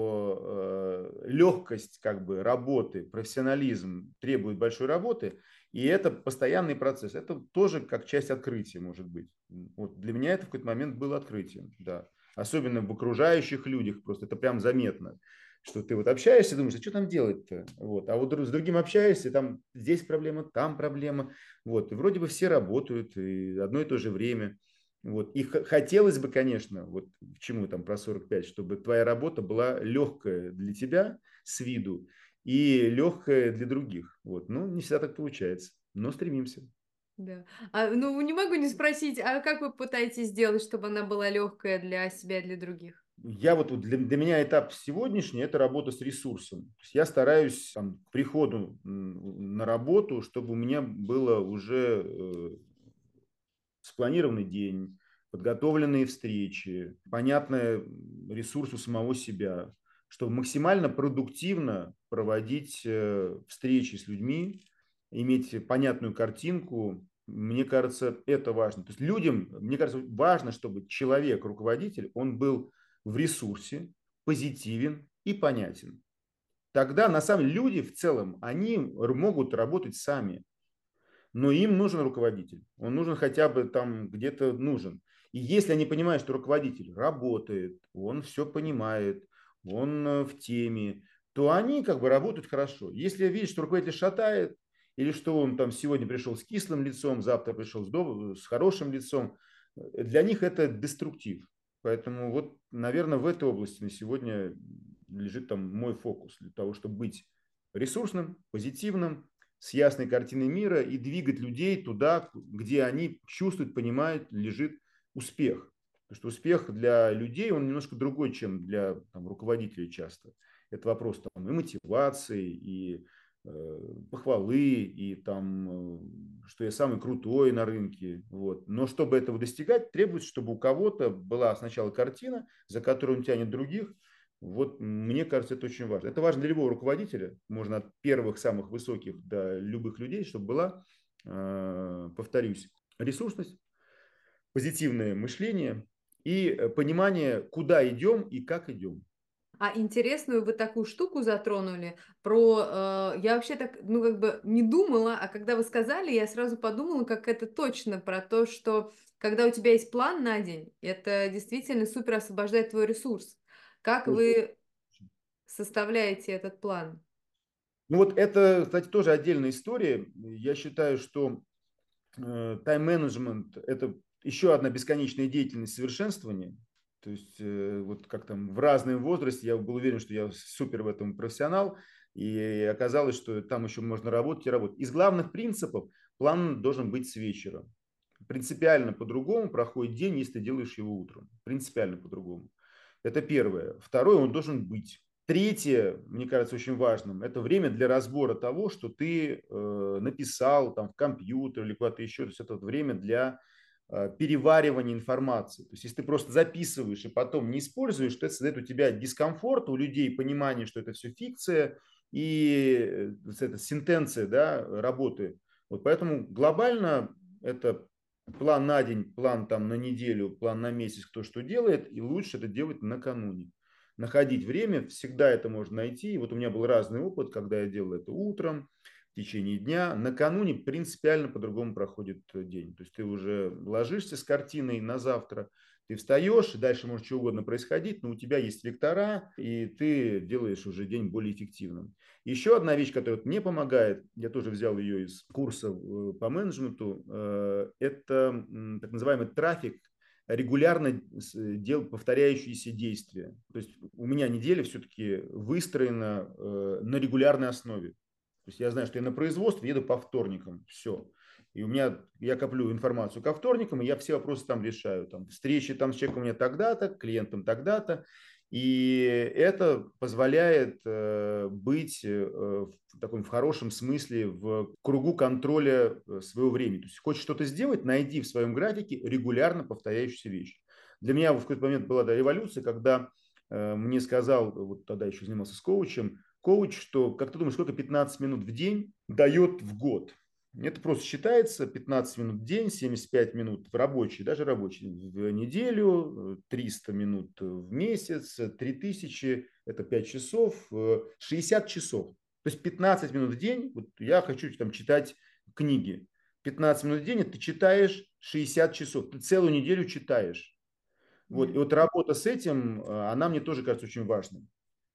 B: что э, легкость как бы работы, профессионализм требует большой работы, и это постоянный процесс. Это тоже как часть открытия может быть. Вот для меня это в какой-то момент было открытием, да. Особенно в окружающих людях, просто это прям заметно, что ты вот общаешься, думаешь, а что там делать-то? Вот. А вот с другим общаешься, там здесь проблема, там проблема. Вот. И вроде бы все работают, и одно и то же время. Вот. И хотелось бы, конечно, вот к чему там про сорок пять, чтобы твоя работа была легкая для тебя с виду и легкая для других. Вот. Ну, не всегда так получается, но стремимся.
A: Да. А, ну, не могу не спросить, а как вы пытаетесь сделать, чтобы она была легкая для себя и для других?
B: Я вот для, для меня этап сегодняшний – это работа с ресурсом. То есть я стараюсь там, к приходу на работу, чтобы у меня было уже э, спланированный день, подготовленные встречи, понятный ресурс у самого себя, чтобы максимально продуктивно проводить э, встречи с людьми, иметь понятную картинку. Мне кажется, это важно. То есть людям, мне кажется, важно, чтобы человек, руководитель, он был в ресурсе, позитивен и понятен. Тогда, на самом деле, люди в целом, они могут работать сами. Но им нужен руководитель. Он нужен хотя бы там где-то нужен. И если они понимают, что руководитель работает, он все понимает, он э, в теме, то они как бы работают хорошо. Если видят, что руководитель шатает, или что он там сегодня пришел с кислым лицом, завтра пришел с, доб... с хорошим лицом, э, для них это деструктив. Поэтому вот, наверное, в этой области на сегодня лежит там мой фокус для того, чтобы быть ресурсным, позитивным, с ясной картиной мира и двигать людей туда, где они чувствуют, понимают, лежит успех. Потому что успех для людей, он немножко другой, чем для там, руководителей часто. Это вопрос там, и мотивации, и э, похвалы, и там, э, что я самый крутой на рынке. Вот. Но чтобы этого достигать, требуется, чтобы у кого-то была сначала картина, за которую он тянет других. Вот мне кажется, это очень важно. Это важно для любого руководителя, можно от первых самых высоких до любых людей, чтобы была, э, повторюсь, ресурсность, позитивное мышление и понимание, куда идем и как идем.
A: А интересную вы такую штуку затронули про, э, я вообще так, ну, как бы не думала, а когда вы сказали, я сразу подумала, как это точно про то, что когда у тебя есть план на день, это действительно супер освобождает твой ресурс. Как вы составляете этот план?
B: Ну вот это, кстати, тоже отдельная история. Я считаю, что э, тайм-менеджмент – это еще одна бесконечная деятельность совершенствования. То есть э, вот как там в разном возрасте я был уверен, что я супер в этом профессионал, и оказалось, что там еще можно работать и работать. Из главных принципов план должен быть с вечера. Принципиально по-другому проходит день, если ты делаешь его утром. Принципиально по-другому. Это первое. Второе, он должен быть. Третье, мне кажется, очень важным, это время для разбора того, что ты э, написал там, в компьютер или куда-то еще. То есть это вот время для э, переваривания информации. То есть если ты просто записываешь и потом не используешь, то это создает у тебя дискомфорт, у людей понимание, что это все фикция и э, это сентенция, да, работы. Вот поэтому глобально это план на день, план там на неделю, план на месяц, кто что делает, и лучше это делать накануне. Находить время, всегда это можно найти. И вот у меня был разный опыт, когда я делал это утром, в течение дня. Накануне принципиально по-другому проходит день. То есть ты уже ложишься с картиной на завтра, ты встаешь, дальше может что угодно происходить, но у тебя есть вектора, и ты делаешь уже день более эффективным. Еще одна вещь, которая мне помогает, я тоже взял ее из курса по менеджменту, это так называемый трафик, регулярно дел, повторяющиеся действия. То есть у меня неделя все-таки выстроена на регулярной основе. То есть я знаю, что я на производстве еду по вторникам, все. И у меня, я коплю информацию ко вторникам, и я все вопросы там решаю. Там, встречи там с человеком у меня тогда-то, клиентом тогда-то. И это позволяет э, быть э, в таком в хорошем смысле в кругу контроля своего времени. То есть хочешь что-то сделать, найди в своем графике регулярно повторяющиеся вещи. Для меня в какой-то момент была да, революция, когда э, мне сказал, вот тогда еще занимался с коучем, коуч, что, как ты думаешь, сколько пятнадцать минут в день дает в год? Это просто считается пятнадцать минут в день, семьдесят пять минут в рабочий, даже рабочий в неделю, триста минут в месяц, три тысячи, это пять часов, шестьдесят часов. То есть пятнадцать минут в день, вот я хочу там читать книги. пятнадцать минут в день, ты читаешь шестьдесят часов, ты целую неделю читаешь. Вот. И вот работа с этим, она мне тоже кажется очень важной.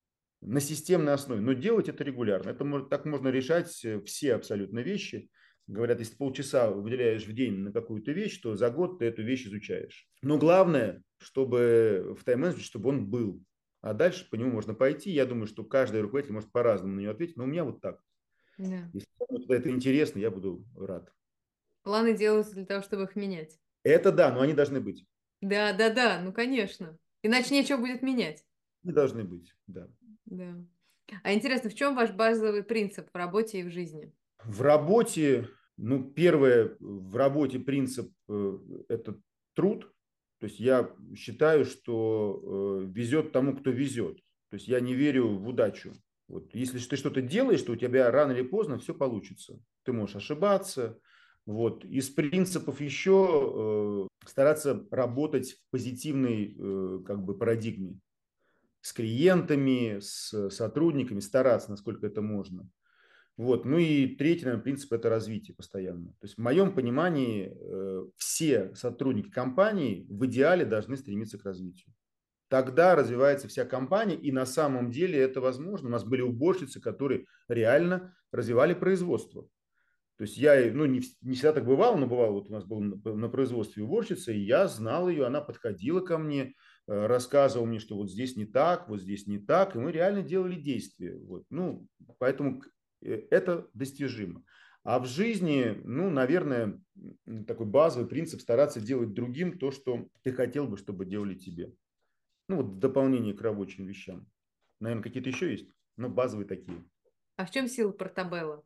B: На системной основе, но делать это регулярно. Это, так можно решать все абсолютно вещи. Говорят, если полчаса выделяешь в день на какую-то вещь, то за год ты эту вещь изучаешь. Но главное, чтобы в тайм-менеджменте, чтобы он был. А дальше по нему можно пойти. Я думаю, что каждый руководитель может по-разному на него ответить, но у меня вот так.
A: Да.
B: Если кому-то это интересно, я буду рад.
A: Планы делаются для того, чтобы их менять.
B: Это да, но они должны быть.
A: Да, да, да, ну конечно. Иначе нечего будет менять.
B: Они должны быть, да.
A: Да. А интересно, в чем ваш базовый принцип в работе и в жизни?
B: В работе, ну, первое, в работе принцип э, – это труд. То есть я считаю, что э, везет тому, кто везет. То есть я не верю в удачу. Вот. Если ты что-то делаешь, то у тебя рано или поздно все получится. Ты можешь ошибаться. Вот. Из принципов еще э, стараться работать в позитивной э, как бы парадигме. С клиентами, с сотрудниками, стараться, насколько это можно. Вот. Ну и третий, наверное, принцип – это развитие постоянно. То есть в моем понимании э, все сотрудники компании в идеале должны стремиться к развитию. Тогда развивается вся компания, и на самом деле это возможно. У нас были уборщицы, которые реально развивали производство. То есть я, ну, не, не всегда так бывало, но бывало, вот у нас был на, на производстве уборщица, и я знал ее, она подходила ко мне, э, рассказывала мне, что вот здесь не так, вот здесь не так, и мы реально делали действия. Вот. Ну, поэтому это достижимо. А в жизни, ну, наверное, такой базовый принцип – стараться делать другим то, что ты хотел бы, чтобы делали тебе. Ну, вот в дополнение к рабочим вещам. Наверное, какие-то еще есть, но базовые такие.
A: А в чем сила Портабелло?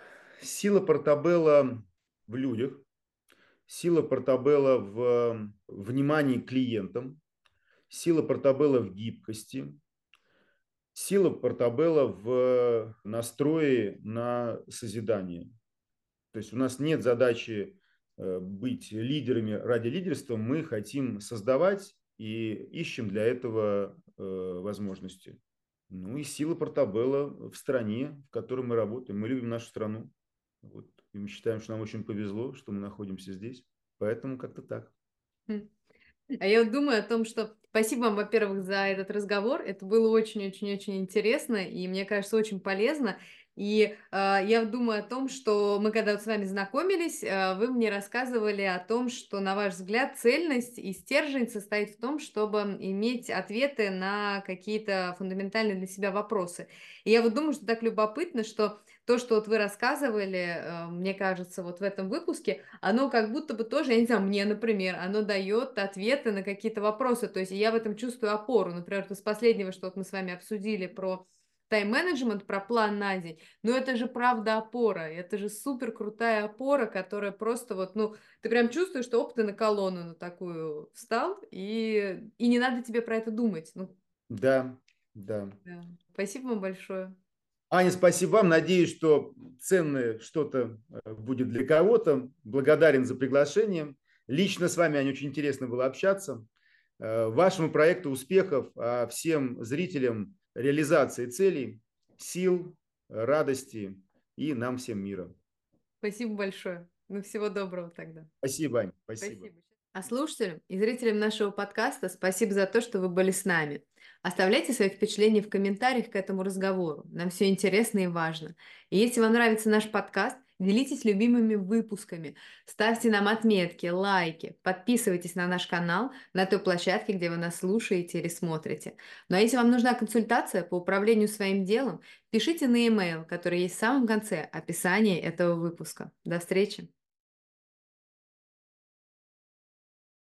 B: Сила Портабелло в людях, сила Портабелло в внимании к клиентам, сила Портабелло в гибкости, сила Портабелло в настрое на созидание. То есть у нас нет задачи быть лидерами ради лидерства, мы хотим создавать и ищем для этого возможности. Ну и сила Портабелло в стране, в которой мы работаем. Мы любим нашу страну. Вот. И мы считаем, что нам очень повезло, что мы находимся здесь. Поэтому как-то так.
A: А я вот думаю о том, что спасибо вам, во-первых, за этот разговор. Это было очень-очень-очень интересно и, мне кажется, очень полезно. И э, я думаю о том, что мы когда вот с вами знакомились, э, вы мне рассказывали о том, что, на ваш взгляд, цельность и стержень состоит в том, чтобы иметь ответы на какие-то фундаментальные для себя вопросы. И я вот думаю, что так любопытно, что то, что вот вы рассказывали, э, мне кажется, вот в этом выпуске, оно как будто бы тоже, я не знаю, мне, например, оно дает ответы на какие-то вопросы. То есть я в этом чувствую опору. Например, вот из последнего, что вот мы с вами обсудили про тайм-менеджмент, про план на день, ну это же правда опора, это же супер крутая опора, которая просто вот, ну, ты прям чувствуешь, что оп, ты на колонну на такую встал, и, и не надо тебе про это думать. Ну,
B: Да, да.
A: да. Спасибо вам большое.
B: Аня, спасибо вам. Надеюсь, что ценное что-то будет для кого-то. Благодарен за приглашение. Лично с вами, Аня, очень интересно было общаться. Вашему проекту успехов, а всем зрителям реализации целей, сил, радости и нам всем мира.
A: Спасибо большое. Ну, всего доброго тогда.
B: Спасибо, Ань, спасибо.
A: Спасибо. А слушателям и зрителям нашего подкаста спасибо за то, что вы были с нами. Оставляйте свои впечатления в комментариях к этому разговору. Нам все интересно и важно. И если вам нравится наш подкаст, делитесь любимыми выпусками, ставьте нам отметки, лайки, подписывайтесь на наш канал на той площадке, где вы нас слушаете или смотрите. Ну а если вам нужна консультация по управлению своим делом, пишите на e-mail, который есть в самом конце описания этого выпуска. До встречи!